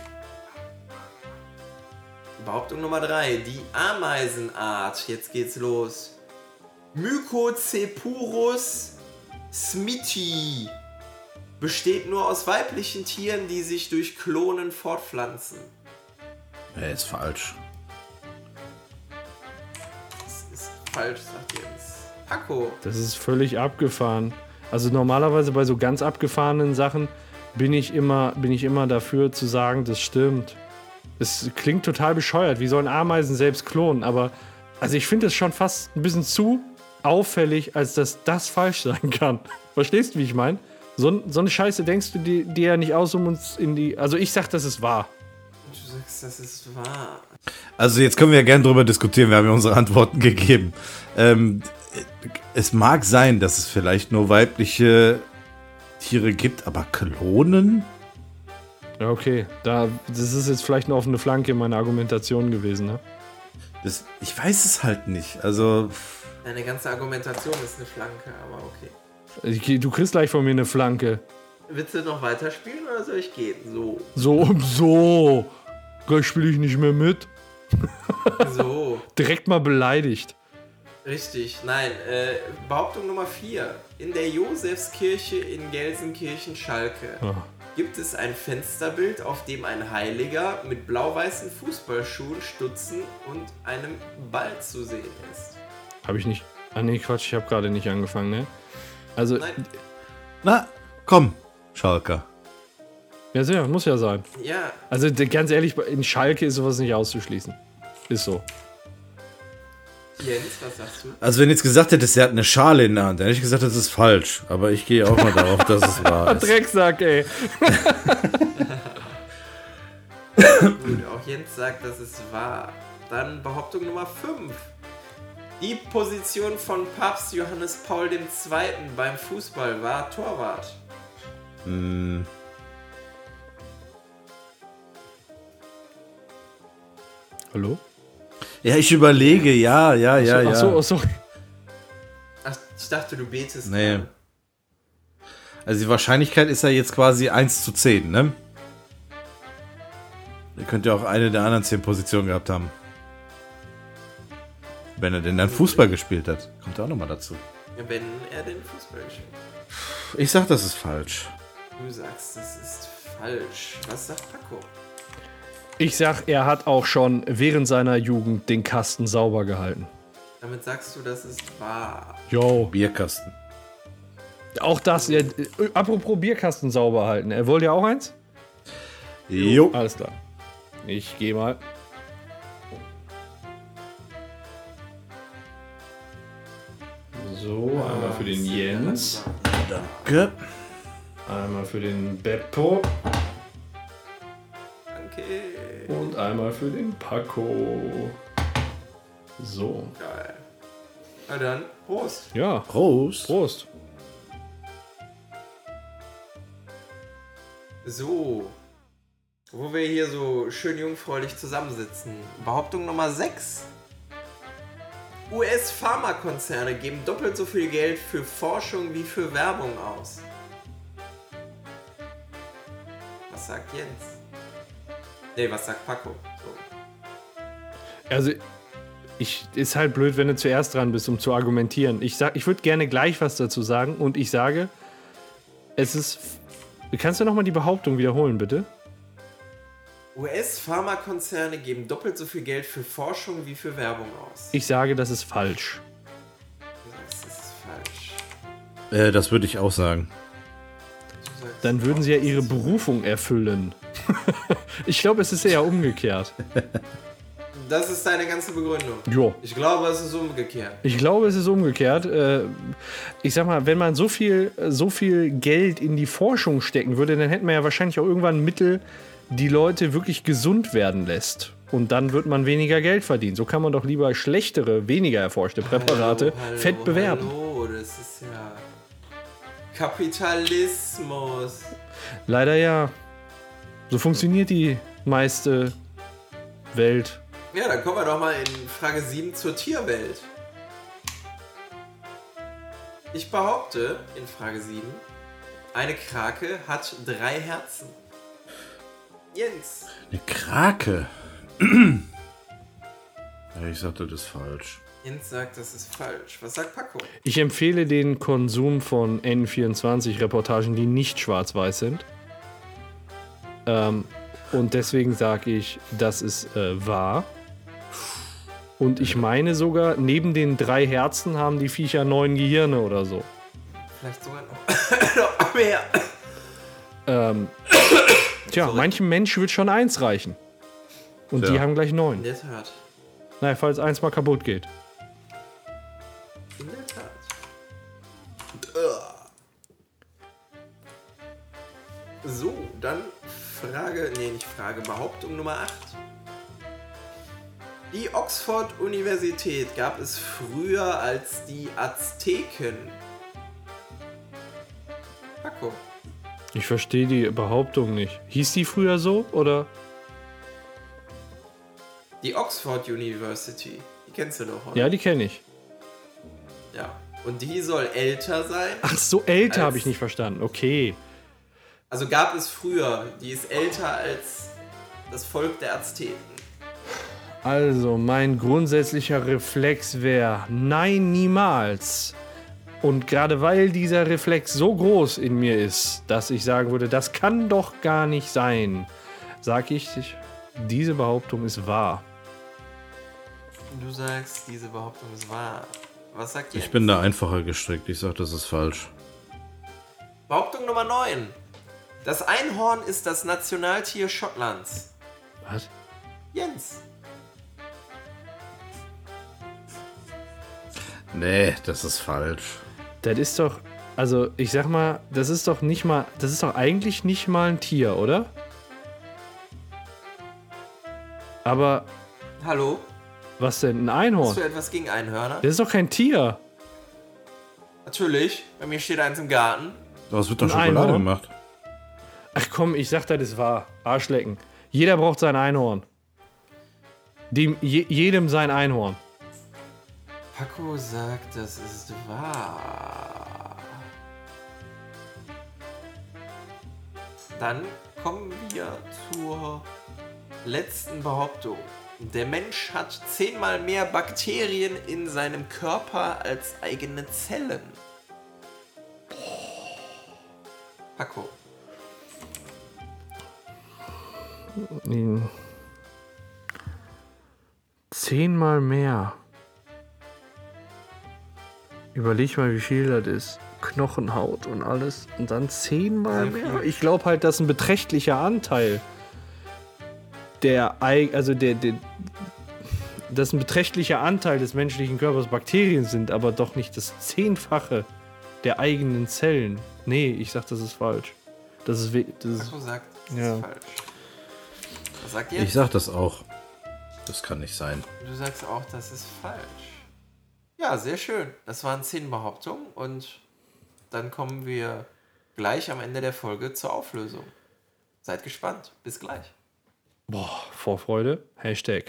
Behauptung Nummer drei. Die Ameisenart, jetzt geht's los. Mycocephalus smithi besteht nur aus weiblichen Tieren, die sich durch Klonen fortpflanzen. Ja, ist falsch. Das ist falsch, sagt Jens. Paco. Das ist völlig abgefahren. Also normalerweise bei so ganz abgefahrenen Sachen bin ich immer, bin ich immer dafür zu sagen, das stimmt. Es klingt total bescheuert, wie sollen Ameisen selbst klonen, aber also ich finde es schon fast ein bisschen zu auffällig, als dass das falsch sein kann. Verstehst du, wie ich meine? So, so eine Scheiße denkst du dir, dir ja nicht aus, um uns in die... Also ich sag, das ist wahr. Du sagst, das ist wahr. Also jetzt können wir ja gerne drüber diskutieren, wir haben ja unsere Antworten gegeben. Ähm, es mag sein, dass es vielleicht nur weibliche Tiere gibt, aber Klonen? Ja, okay. Da, das ist jetzt vielleicht eine offene Flanke in meiner Argumentation gewesen, ne? Das, ich weiß es halt nicht. Also, Deine ganze Argumentation ist eine Flanke, aber okay. Ich, du kriegst gleich von mir eine Flanke. Willst du noch weiterspielen oder soll ich gehen? So. So, so. Gleich spiele ich nicht mehr mit. So. Direkt mal beleidigt. Richtig. Nein. Äh, Behauptung Nummer vier. In der Josefskirche in Gelsenkirchen-Schalke Ah. gibt es ein Fensterbild, auf dem ein Heiliger mit blau-weißen Fußballschuhen, Stutzen und einem Ball zu sehen ist. Habe ich nicht. Ah, nee, Quatsch, ich habe gerade nicht angefangen, ne? Also, Nein. na, komm, Schalker. ja, sehr, muss ja sein. Ja. Also, d- ganz ehrlich, in Schalke ist sowas nicht auszuschließen. Ist so. Jens, was sagst du? Also wenn jetzt gesagt hättest, er hat eine Schale in der Hand, dann hätte ich gesagt, das ist falsch. Aber ich gehe auch mal darauf, dass es wahr ist. Drecksack, ey. Gut, auch Jens sagt, das ist wahr. Dann Behauptung Nummer fünf. Die Position von Papst Johannes Paul der Zweite. beim Fußball war Torwart. Hm, Hallo? ja, ich überlege, ja, ja, ja, ja. Achso, achso. Ach, ich dachte, du betest. Nee. gerade. Also die Wahrscheinlichkeit ist ja jetzt quasi eins zu zehn, ne? Ihr könnt ja auch eine der anderen zehn Positionen gehabt haben. Wenn er denn dann Fußball gespielt hat. Kommt auch nochmal dazu. Ja, wenn er den Fußball gespielt hat. Ich sag, das ist falsch. Du sagst, das ist falsch. Was sagt Paco? Ich sag, er hat auch schon während seiner Jugend den Kasten sauber gehalten. Damit sagst du, das ist wahr. Jo. Bierkasten. Auch das, ja, äh, apropos Bierkasten sauber halten. Er wollte ja auch eins? Jo. Alles klar. Ich gehe mal. So, einmal für den Jens, Danke. einmal für den Beppo Danke. und einmal für den Paco. So. Geil. Na dann, Prost. Ja, Prost. Prost. So. Wo wir hier so schön jungfräulich zusammensitzen. Behauptung Nummer sechs. U S-Pharmakonzerne geben doppelt so viel Geld für Forschung wie für Werbung aus. Was sagt Jens? Nee, was sagt Paco? So. Also, ich, ist halt blöd, wenn du zuerst dran bist, um zu argumentieren. Ich, sag, ich würde gerne gleich was dazu sagen und ich sage, es ist... Kannst du nochmal die Behauptung wiederholen, bitte? U S-Pharmakonzerne geben doppelt so viel Geld für Forschung wie für Werbung aus. Ich sage, das ist falsch. Du sagst, das ist falsch. Äh, das würde ich auch sagen. dann würden sie ja ihre Berufung erfüllen. Ich glaube, es ist eher umgekehrt. Das ist deine ganze Begründung. Jo. Ich glaube, es ist umgekehrt. Ich glaube, es ist umgekehrt. Äh, Ich sag mal, wenn man so viel, so viel Geld in die Forschung stecken würde, dann hätten wir ja wahrscheinlich auch irgendwann Mittel, die Leute wirklich gesund werden lässt. Und dann wird man weniger Geld verdienen. So kann man doch lieber schlechtere, weniger erforschte Präparate Hallo, hallo, fett bewerben. Hallo, das ist ja Kapitalismus. Leider ja. So funktioniert die meiste Welt. Ja, dann kommen wir doch mal in Frage sieben zur Tierwelt. Ich behaupte in Frage sieben, eine Krake hat drei Herzen. Jens. Eine Krake. Ja, ich sagte, das ist falsch. Jens sagt, das ist falsch. Was sagt Paco? Ich empfehle den Konsum von N vierundzwanzig-Reportagen, die nicht schwarz-weiß sind. Ähm, und deswegen sage ich, das ist äh, wahr. Und ich meine sogar, neben den drei Herzen haben die Viecher neun Gehirne oder so. Vielleicht sogar noch, noch mehr. Ähm, tja, Sorry. manchem Mensch wird schon eins reichen. Und Ja. die haben gleich neun. In der Tat. Naja, falls eins mal kaputt geht. In der Tat. So, dann Frage, nee, nicht Frage, Behauptung Nummer acht. Die Oxford-Universität gab es früher als die Azteken. Paco. Ich verstehe die Behauptung nicht. Hieß die früher so, oder? Die Oxford University. Die kennst du doch, oder? Ja, die kenne ich. Ja. Und die soll älter sein. Ach so, älter Als- habe ich nicht verstanden. Okay. Also gab es früher. Die ist älter als das Volk der Azteken. Also, mein grundsätzlicher Reflex wäre, nein, niemals. Und gerade weil dieser Reflex so groß in mir ist, dass ich sagen würde, das kann doch gar nicht sein, sage ich, diese Behauptung ist wahr. Du sagst, diese Behauptung ist wahr. Was sagt ihr? Ich bin da einfacher gestrickt. Ich sag, das ist falsch. Behauptung Nummer neun. Das Einhorn ist das Nationaltier Schottlands. Was? Jens. Nee, das ist falsch. Das ist doch, also ich sag mal, das ist doch nicht mal, das ist doch eigentlich nicht mal ein Tier, oder? Aber Hallo? was denn, ein Hast Einhorn? du etwas gegen Einhörner? Das ist doch kein Tier. Natürlich. Bei mir steht eins im Garten. Daraus wird doch Ein Schokolade Einhorn? gemacht. Ach komm, ich sag, das ist wahr. Arschlecken. Jeder braucht sein Einhorn. Dem, je, jedem sein Einhorn. Paco sagt, das ist wahr. Dann kommen wir zur letzten Behauptung. Der Mensch hat zehnmal mehr Bakterien in seinem Körper als eigene Zellen. Paco. Zehnmal mehr. Überleg mal, wie viel das ist. Knochenhaut und alles. Und dann zehnmal Sehr mehr. viel. Ich glaube halt, dass ein beträchtlicher Anteil der, Ei- also der, der, dass ein beträchtlicher Anteil des menschlichen Körpers Bakterien sind, aber doch nicht das Zehnfache der eigenen Zellen. Nee, ich sag, das ist falsch. Das ist, we- das ist Paco sagt, das Ja. ist falsch. Was sagt ihr? Ich sag das auch. Das kann nicht sein. Du sagst auch, das ist falsch. Ja, sehr schön. Das waren zehn Behauptungen und dann kommen wir gleich am Ende der Folge zur Auflösung. Seid gespannt. Bis gleich. Boah, Vorfreude. Hashtag.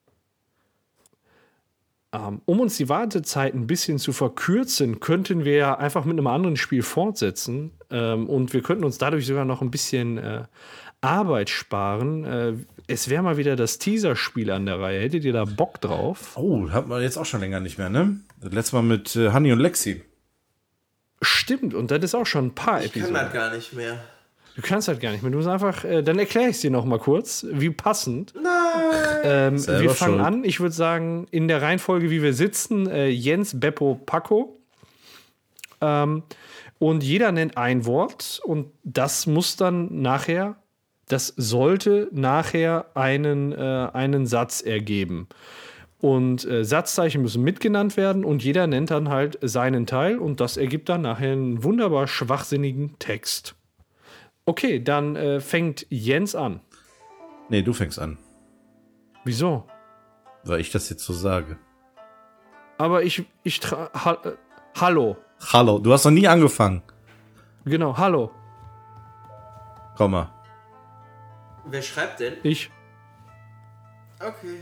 Ähm, um uns die Wartezeit ein bisschen zu verkürzen, könnten wir ja einfach mit einem anderen Spiel fortsetzen. Ähm, und wir könnten uns dadurch sogar noch ein bisschen äh, Arbeit sparen. Äh, es wäre mal wieder das Teaser-Spiel an der Reihe. Hättet ihr da Bock drauf? Oh, hat man jetzt auch schon länger nicht mehr, ne? Das letzte Mal mit äh, Hanni und Lexi. Stimmt, und das ist auch schon ein paar Ich kann Episoden. das gar nicht mehr. Du kannst halt gar nicht mehr. Du musst einfach, äh, dann erkläre ich es dir noch mal kurz, wie passend. Nein! Ähm, Selber wir fangen schuld. an. Ich würde sagen, in der Reihenfolge, wie wir sitzen, äh, Jens, Beppo, Paco. Ähm, und jeder nennt ein Wort und das muss dann nachher, das sollte nachher einen, äh, einen Satz ergeben. Und äh, Satzzeichen müssen mitgenannt werden und jeder nennt dann halt seinen Teil und das ergibt dann nachher einen wunderbar schwachsinnigen Text. Okay, dann äh, fängt Jens an. Nee, du fängst an, Wieso? weil ich das jetzt so sage. Aber ich, ich tra- ha- äh, hallo. Hallo, du hast noch nie angefangen. Genau, hallo. Komm mal. Wer schreibt denn? Ich. Okay.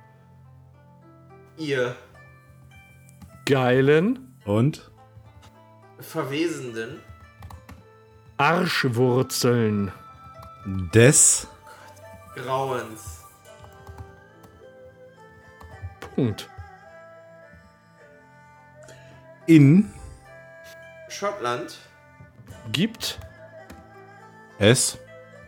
Ihr Geilen Und? Verwesenden Arschwurzeln. Des Grauens Punkt. in Schottland Gibt es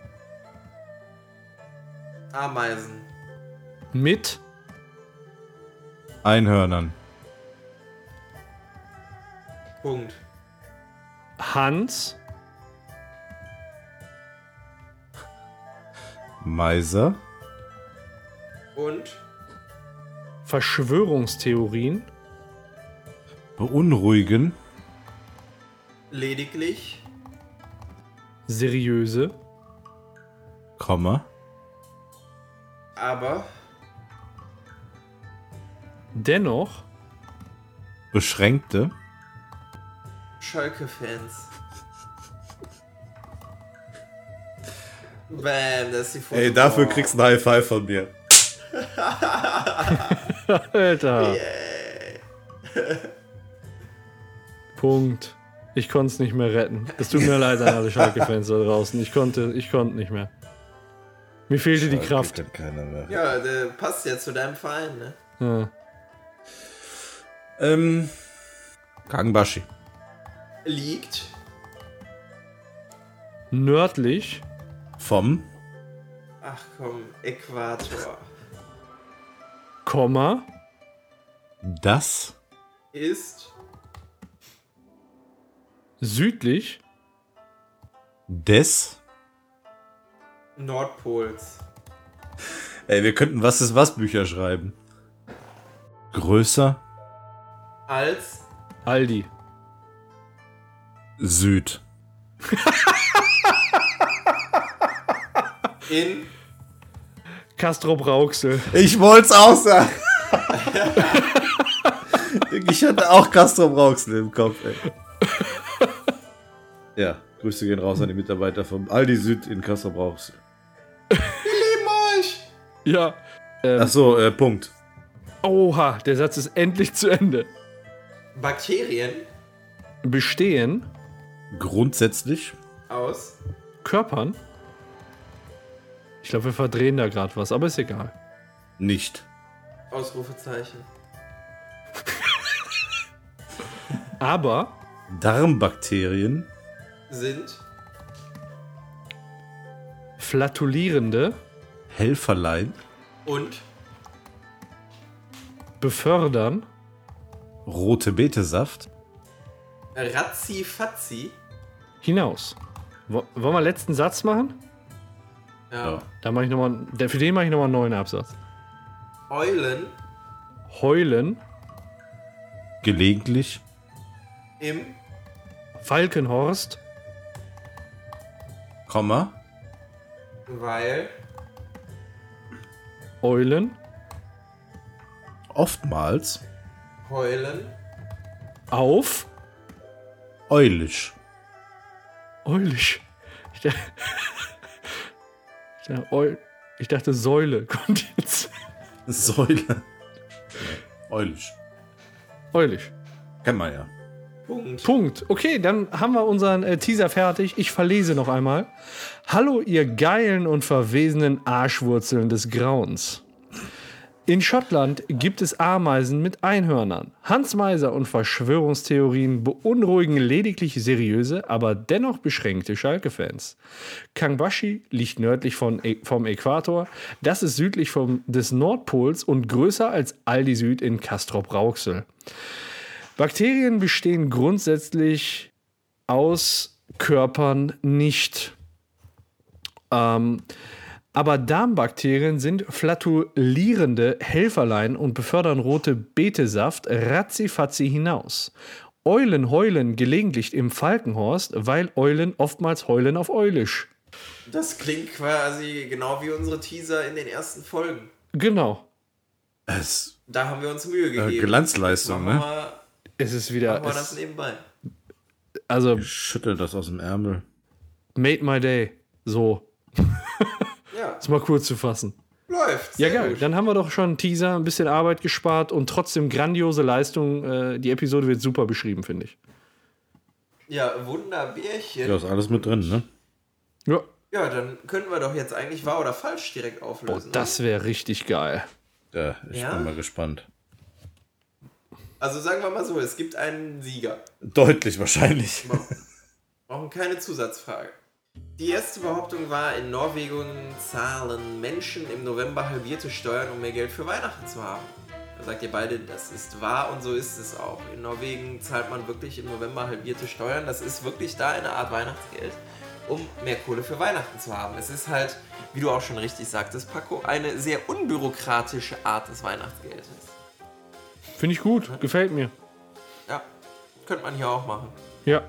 Ameisen mit Einhörnern. Punkt. Hans Meiser Und Verschwörungstheorien beunruhigen lediglich seriöse Komma aber dennoch beschränkte Schalke-Fans. Bam, das ist die Foto. Ey, dafür kriegst du ein High Five von mir. Alter. Yeah. Punkt. Ich konnte es nicht mehr retten. Es tut mir leid an alle Schalke-Fans da draußen. Ich konnte, ich konnte nicht mehr. Mir fehlte die Kraft. Kennt keiner mehr. Ja, der passt ja zu deinem Verein, ne? Ja. Ähm, Kangbashi. Liegt Nördlich Vom ach komm, Äquator Komma das ist südlich des. Nordpols. Ey, wir könnten was ist was Bücher schreiben. Größer Als Aldi. Süd. in Castrop Rauxel. Ich wollte es auch sagen. Ich hatte auch Castro Rauxel im Kopf, ey. Ja, Grüße gehen raus an die Mitarbeiter vom Aldi Süd in Castro Rauxel. Wir lieben euch! Ja. Ähm, Ach so, äh, Punkt. Oha, der Satz ist endlich zu Ende. Bakterien Bestehen Grundsätzlich aus Körpern. Ich glaube, wir verdrehen da gerade was, aber ist egal. nicht. Ausrufezeichen. Aber Darmbakterien Sind flatulierende Helferlein und befördern rote Betesaft Razzi-Fazzi. hinaus. Wo- Wollen wir letzten Satz machen? Ja. Ja. Da mache ich noch mal, der- für den mache ich nochmal einen neuen Absatz. Eulen Heulen, gelegentlich im Falkenhorst, Komma weil Eulen, oftmals heulen auf, eulisch. Eulisch. Ich dachte, ich dachte, Eu, ich dachte Säule kommt jetzt. Säule. Eulisch. Eulisch. Kennt man ja. Punkt. Punkt. Okay, dann haben wir unseren äh, Teaser fertig. Ich verlese noch einmal. Hallo, ihr geilen und verwesenen Arschwurzeln des Grauens. In Schottland gibt es Ameisen mit Einhörnern. Hans Meiser und Verschwörungstheorien beunruhigen lediglich seriöse, aber dennoch beschränkte Schalke-Fans. Kangbashi liegt nördlich von, vom Äquator. Das ist südlich vom, des Nordpols und größer als Aldi Süd in Castrop Rauxel. Bakterien bestehen grundsätzlich aus Körpern nicht. Ähm, aber Darmbakterien sind flatulierende Helferlein und befördern rote Betesaft ratzifatzi hinaus. Eulen heulen gelegentlich im Falkenhorst, weil Eulen oftmals heulen auf Eulisch. Das klingt quasi genau wie unsere Teaser in den ersten Folgen. Genau. Es, Da haben wir uns Mühe gegeben. äh, Glanzleistung, Machen wir ne? mal, Es ist wieder. machen wir Es, das nebenbei. also, Ich schüttel das aus dem Ärmel. made my day. So. Ja, Das mal kurz zu fassen. läuft. Ja, Sehr geil. gut. Dann haben wir doch schon einen Teaser, ein bisschen Arbeit gespart und trotzdem grandiose Leistung. Äh, die Episode wird super beschrieben, finde ich. Ja, Wunderbärchen. Ja, ist alles mit drin, ne? Ja. Ja, dann könnten wir doch jetzt eigentlich wahr oder falsch direkt Boah, auflösen. das wäre richtig geil. Ja, ich Ja? bin mal gespannt. Also sagen wir mal so, es gibt einen Sieger. Deutlich wahrscheinlich. Wir brauchen keine Zusatzfrage. Die erste Behauptung war, in Norwegen zahlen Menschen im November halbierte Steuern, um mehr Geld für Weihnachten zu haben. Da sagt ihr beide, das ist wahr und so ist es auch. In Norwegen zahlt man wirklich im November halbierte Steuern. Das ist wirklich da eine Art Weihnachtsgeld, um mehr Kohle für Weihnachten zu haben. Es ist halt, wie du auch schon richtig sagtest, Paco, eine sehr unbürokratische Art des Weihnachtsgeldes. Finde ich gut. Gefällt mir. Ja, könnte man hier auch machen. Ja.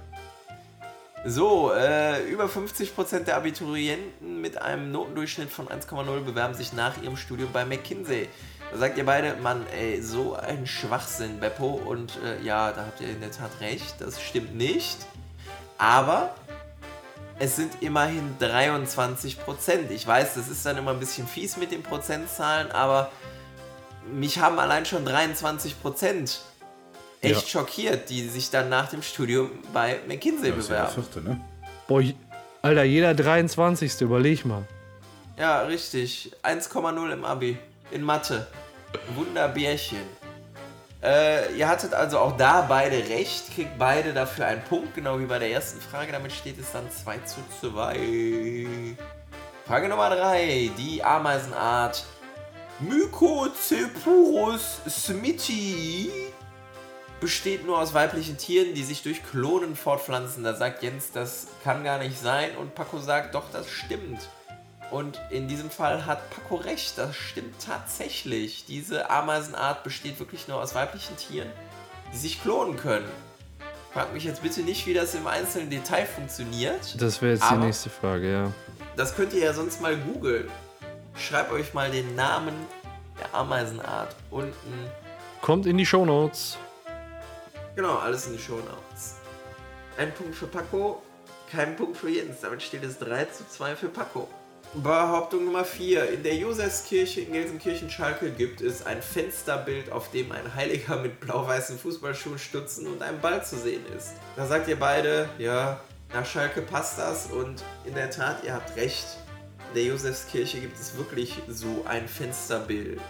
So, äh, über fünfzig Prozent der Abiturienten mit einem Notendurchschnitt von eins Komma null bewerben sich nach ihrem Studium bei McKinsey. Da sagt ihr beide, Mann, ey, so ein Schwachsinn, Beppo. Und äh, ja, da habt ihr in der Tat recht, das stimmt nicht. Aber es sind immerhin dreiundzwanzig Prozent. Ich weiß, das ist dann immer ein bisschen fies mit den Prozentzahlen, aber mich haben allein schon dreiundzwanzig Prozent echt Ja. schockiert, die sich dann nach dem Studium bei McKinsey Das ist ja der bewerben. vierte, ne? Boah, j- Alter, jeder dreiundzwanzigste Überleg mal. Ja, richtig. eins Komma null im Abi. In Mathe. Wunderbärchen. Äh, ihr hattet also auch da beide recht, kriegt beide dafür einen Punkt, genau wie bei der ersten Frage. Damit steht es dann zwei zu zwei. Frage Nummer drei. Die Ameisenart Mycocephalus smithii besteht nur aus weiblichen Tieren, die sich durch Klonen fortpflanzen. Da sagt Jens, das kann gar nicht sein. Und Paco sagt, doch, das stimmt. Und in diesem Fall hat Paco recht, das stimmt tatsächlich. Diese Ameisenart besteht wirklich nur aus weiblichen Tieren, die sich klonen können. Fragt mich jetzt bitte nicht, wie das im einzelnen Detail funktioniert. Das wäre jetzt Aber die nächste Frage, ja. Das könnt ihr ja sonst mal googeln. Schreibt euch mal den Namen der Ameisenart unten. Kommt in die Shownotes. Genau, alles in die Shownotes. Ein Punkt für Paco, kein Punkt für Jens. Damit steht es drei zu zwei für Paco. Behauptung Nummer vier. In der Josefskirche in Gelsenkirchen-Schalke gibt es ein Fensterbild, auf dem ein Heiliger mit blau-weißen Fußballschuhen, Stutzen und einem Ball zu sehen ist. Da sagt ihr beide, ja, nach Schalke passt das und in der Tat, ihr habt recht. In der Josefskirche gibt es wirklich so ein Fensterbild.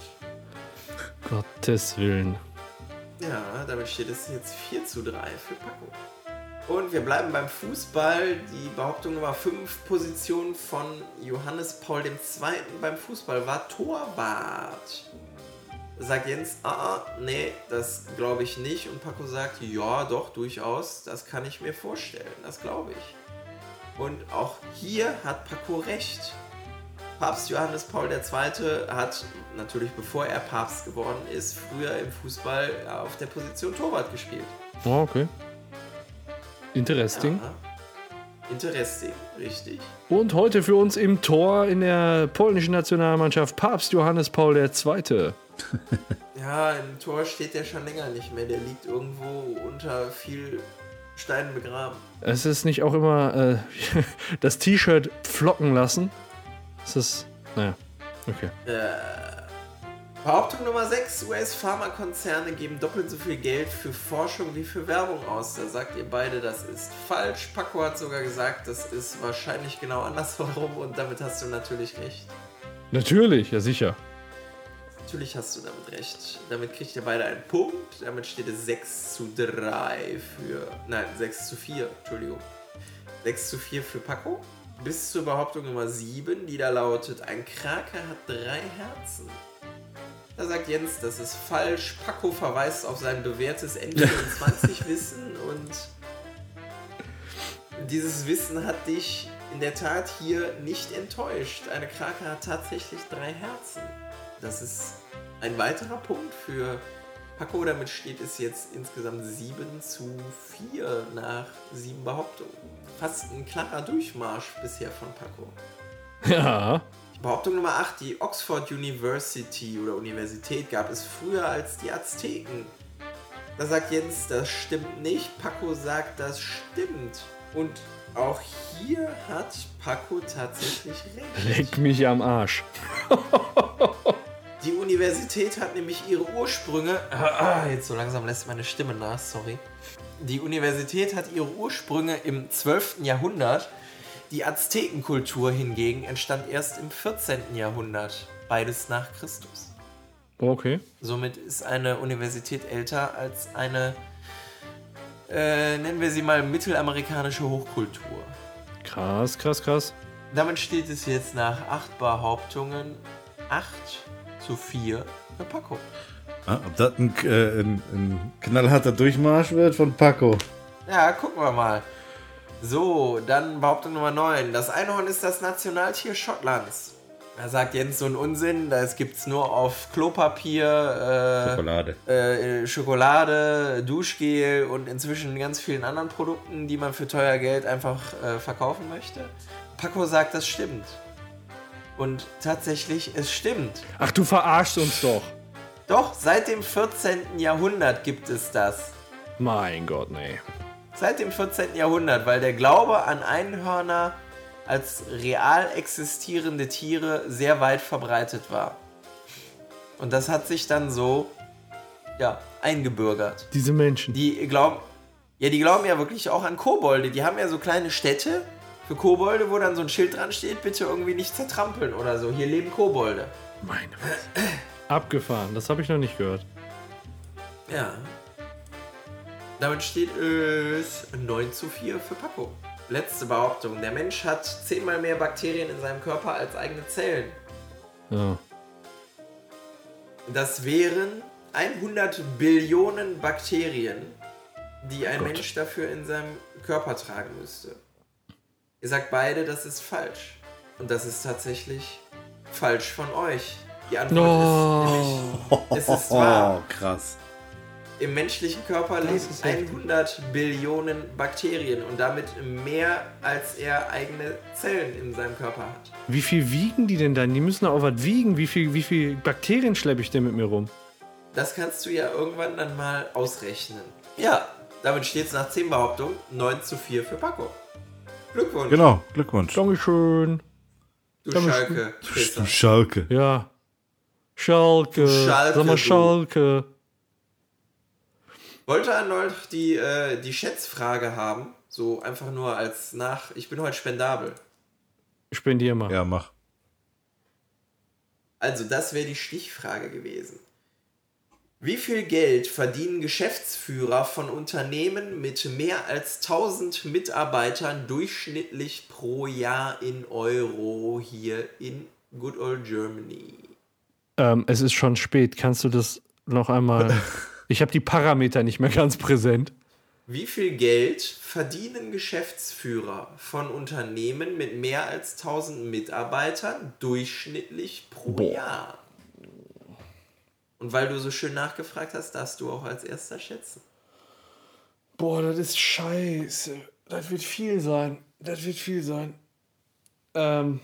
Gottes Willen. Ja, damit steht es jetzt vier zu drei für Paco. Und wir bleiben beim Fußball. Die Behauptung Nummer fünf, Position von Johannes Paul der Zweite beim Fußball war Torwart. Sagt Jens, ah, ah, nee, das glaube ich nicht. Und Paco sagt, ja, doch, durchaus, das kann ich mir vorstellen, das glaube ich. Und auch hier hat Paco recht. Papst Johannes Paul der Zweite hat natürlich, bevor er Papst geworden ist, früher im Fußball auf der Position Torwart gespielt. Oh, okay. Interesting. Ja. Interesting, richtig. Und heute für uns im Tor in der polnischen Nationalmannschaft Papst Johannes Paul der Zweite. Ja, im Tor steht der schon länger nicht mehr. Der liegt irgendwo unter viel Steinen begraben. Es ist nicht auch immer äh, das T-Shirt flocken lassen. Es ist. Naja, okay. Behauptung Nummer sechs. U S-Pharmakonzerne geben doppelt so viel Geld für Forschung wie für Werbung aus. Da sagt ihr beide, das ist falsch. Paco hat sogar gesagt, das ist wahrscheinlich genau andersherum und damit hast du natürlich recht. Natürlich, ja sicher. Natürlich hast du damit recht. Damit kriegt ihr beide einen Punkt. Damit steht es sechs zu drei für... Nein, sechs zu vier, Entschuldigung. sechs zu vier für Paco. Bis zur Behauptung Nummer sieben, die da lautet, ein Krake hat drei Herzen. Da sagt Jens, das ist falsch. Paco verweist auf sein bewährtes N vierundzwanzig-Wissen und dieses Wissen hat dich in der Tat hier nicht enttäuscht. Eine Krake hat tatsächlich drei Herzen. Das ist ein weiterer Punkt für Paco. Damit steht es jetzt insgesamt sieben zu vier nach sieben Behauptungen. Fast ein klarer Durchmarsch bisher von Paco. Ja. Behauptung Nummer acht. Die Oxford University oder Universität gab es früher als die Azteken. Da sagt Jens, das stimmt nicht. Paco sagt, das stimmt. Und auch hier hat Paco tatsächlich recht. Leck mich am Arsch. Die Universität hat nämlich ihre Ursprünge... Ah, jetzt so langsam lässt meine Stimme nach, sorry. Die Universität hat ihre Ursprünge im zwölften Jahrhundert. Die Aztekenkultur hingegen entstand erst im vierzehnten Jahrhundert. Beides nach Christus. Okay. Somit ist eine Universität älter als eine, äh, nennen wir sie mal, mittelamerikanische Hochkultur. Krass, krass, krass. Damit steht es jetzt nach acht Behauptungen acht zu vier für Paco. Ah, ob das ein, äh, ein, ein knallharter Durchmarsch wird von Paco. Ja, gucken wir mal. So, dann Behauptung Nummer neun. Das Einhorn ist das Nationaltier Schottlands. Da sagt Jens so einen Unsinn. Das gibt es nur auf Klopapier, äh, Schokolade. Äh, Schokolade, Duschgel und inzwischen ganz vielen anderen Produkten, die man für teuer Geld einfach äh, verkaufen möchte. Paco sagt, das stimmt. Und tatsächlich, es stimmt. Ach, du verarschst uns doch. Doch, seit dem vierzehnten Jahrhundert gibt es das. Mein Gott, nee. Seit dem vierzehnten Jahrhundert, weil der Glaube an Einhörner als real existierende Tiere sehr weit verbreitet war. Und das hat sich dann so, ja, eingebürgert. Diese Menschen. Die glauben, ja, die glauben ja wirklich auch an Kobolde. Die haben ja so kleine Städte für Kobolde, wo dann so ein Schild dran steht, bitte irgendwie nicht zertrampeln oder so. Hier leben Kobolde. Meine Fresse. Abgefahren, das habe ich noch nicht gehört. Ja. Damit steht es neun zu vier für Paco. Letzte Behauptung. Der Mensch hat zehnmal mehr Bakterien in seinem Körper als eigene Zellen. Ja. Das wären hundert Billionen Bakterien, die ein Gott. Mensch dafür in seinem Körper tragen müsste. Ihr sagt beide, das ist falsch. Und das ist tatsächlich falsch von euch. Die Antwort No. ist nämlich, es ist wahr. Oh, krass. Im menschlichen Körper leben ist heftig. hundert Billionen Bakterien und damit mehr, als er eigene Zellen in seinem Körper hat. Wie viel wiegen die denn dann? Die müssen auch was wiegen. Wie viel, wie viel Bakterien schleppe ich denn mit mir rum? Das kannst du ja irgendwann dann mal ausrechnen. Ja, damit steht es nach zehn Behauptungen neun zu vier für Paco. Glückwunsch. Genau, Glückwunsch. Dankeschön. Du Damit- Schalke. Pisser. Du Schalke. Ja. Schalke. Schalke, Sag mal du. Schalke. Wollte Arnold die, äh, die Schätzfrage haben. So einfach nur als nach... Ich bin heute spendabel. Spendier mal. Ja, mach. Also das wäre die Stichfrage gewesen. Wie viel Geld verdienen Geschäftsführer von Unternehmen mit mehr als tausend Mitarbeitern durchschnittlich pro Jahr in Euro hier in Good Old Germany? Ähm, es ist schon spät. Kannst du das noch einmal... Ich habe die Parameter nicht mehr ganz präsent. Wie viel Geld verdienen Geschäftsführer von Unternehmen mit mehr als tausend Mitarbeitern durchschnittlich pro Boah. Jahr? Und weil du so schön nachgefragt hast, darfst du auch als erster schätzen. Boah, das ist scheiße. Das wird viel sein. Das wird viel sein. Ähm...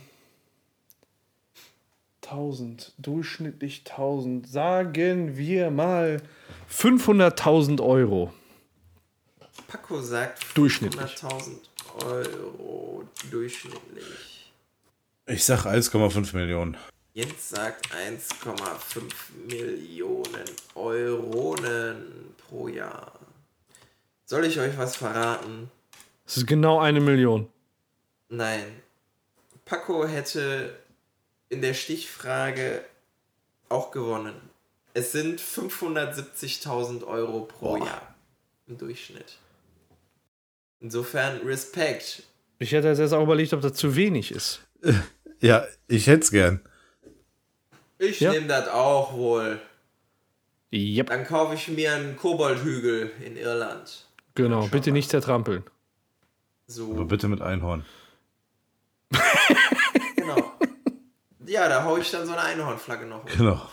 tausend. Durchschnittlich tausend. Sagen wir mal fünfhunderttausend Euro. Paco sagt Durchschnittlich. fünfhunderttausend Euro durchschnittlich. Ich sag eins Komma fünf Millionen. Jens sagt eins Komma fünf Millionen Euronen pro Jahr. Soll ich euch was verraten? Das ist genau eine Million. Nein. Paco hätte in der Stichfrage auch gewonnen. Es sind fünfhundertsiebzigtausend Euro pro Boah. Jahr im Durchschnitt. Insofern Respekt. Ich hätte jetzt erst auch überlegt, ob das zu wenig ist. Ja, ich hätte es gern. Ich Ja. nehme das auch wohl. Yep. Dann kaufe ich mir einen Koboldhügel in Irland. Genau, Schau bitte mal. nicht zertrampeln. So, Aber bitte mit Einhorn. genau. Ja, da hau ich dann so eine Einhornflagge noch. oben Genau. drauf.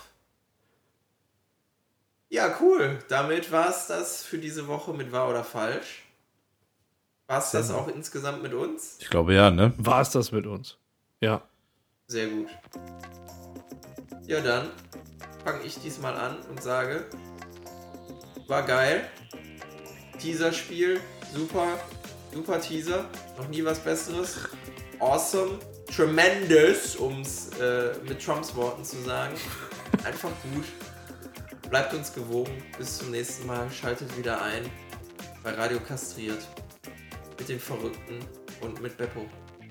Ja, cool. Damit war es das für diese Woche mit Wahr oder Falsch. War es das auch insgesamt mit uns? Ich glaube ja, ne? War es das mit uns? Ja. Sehr gut. Ja, dann fange ich diesmal an und sage, war geil. Teaser-Spiel, super, super Teaser. Noch nie was Besseres. Awesome, tremendous, um es äh, mit Trumps Worten zu sagen. Einfach gut. Bleibt uns gewogen. Bis zum nächsten Mal. Schaltet wieder ein bei Radio Kastriert. Mit den Verrückten und mit Beppo.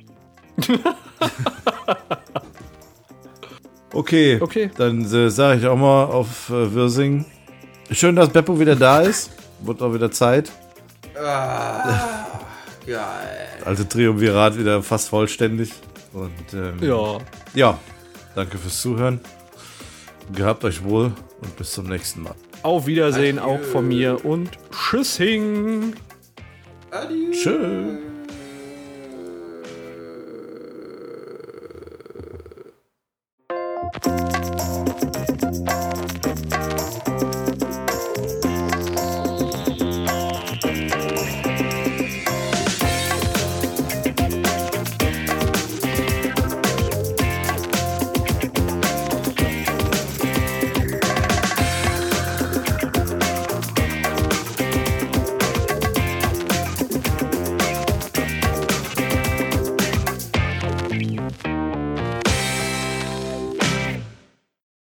Okay, Okay. dann äh, sage ich auch mal auf äh, Wirsing. Schön, dass Beppo wieder da ist. Wird auch wieder Zeit. Ah, geil. Also Triumvirat wieder fast vollständig. Und ähm, Ja. ja, danke fürs Zuhören. Gehabt euch wohl und bis zum nächsten Mal. Auf Wiedersehen Adieu. auch von mir und Tschüssing. Adieu. Tschüss.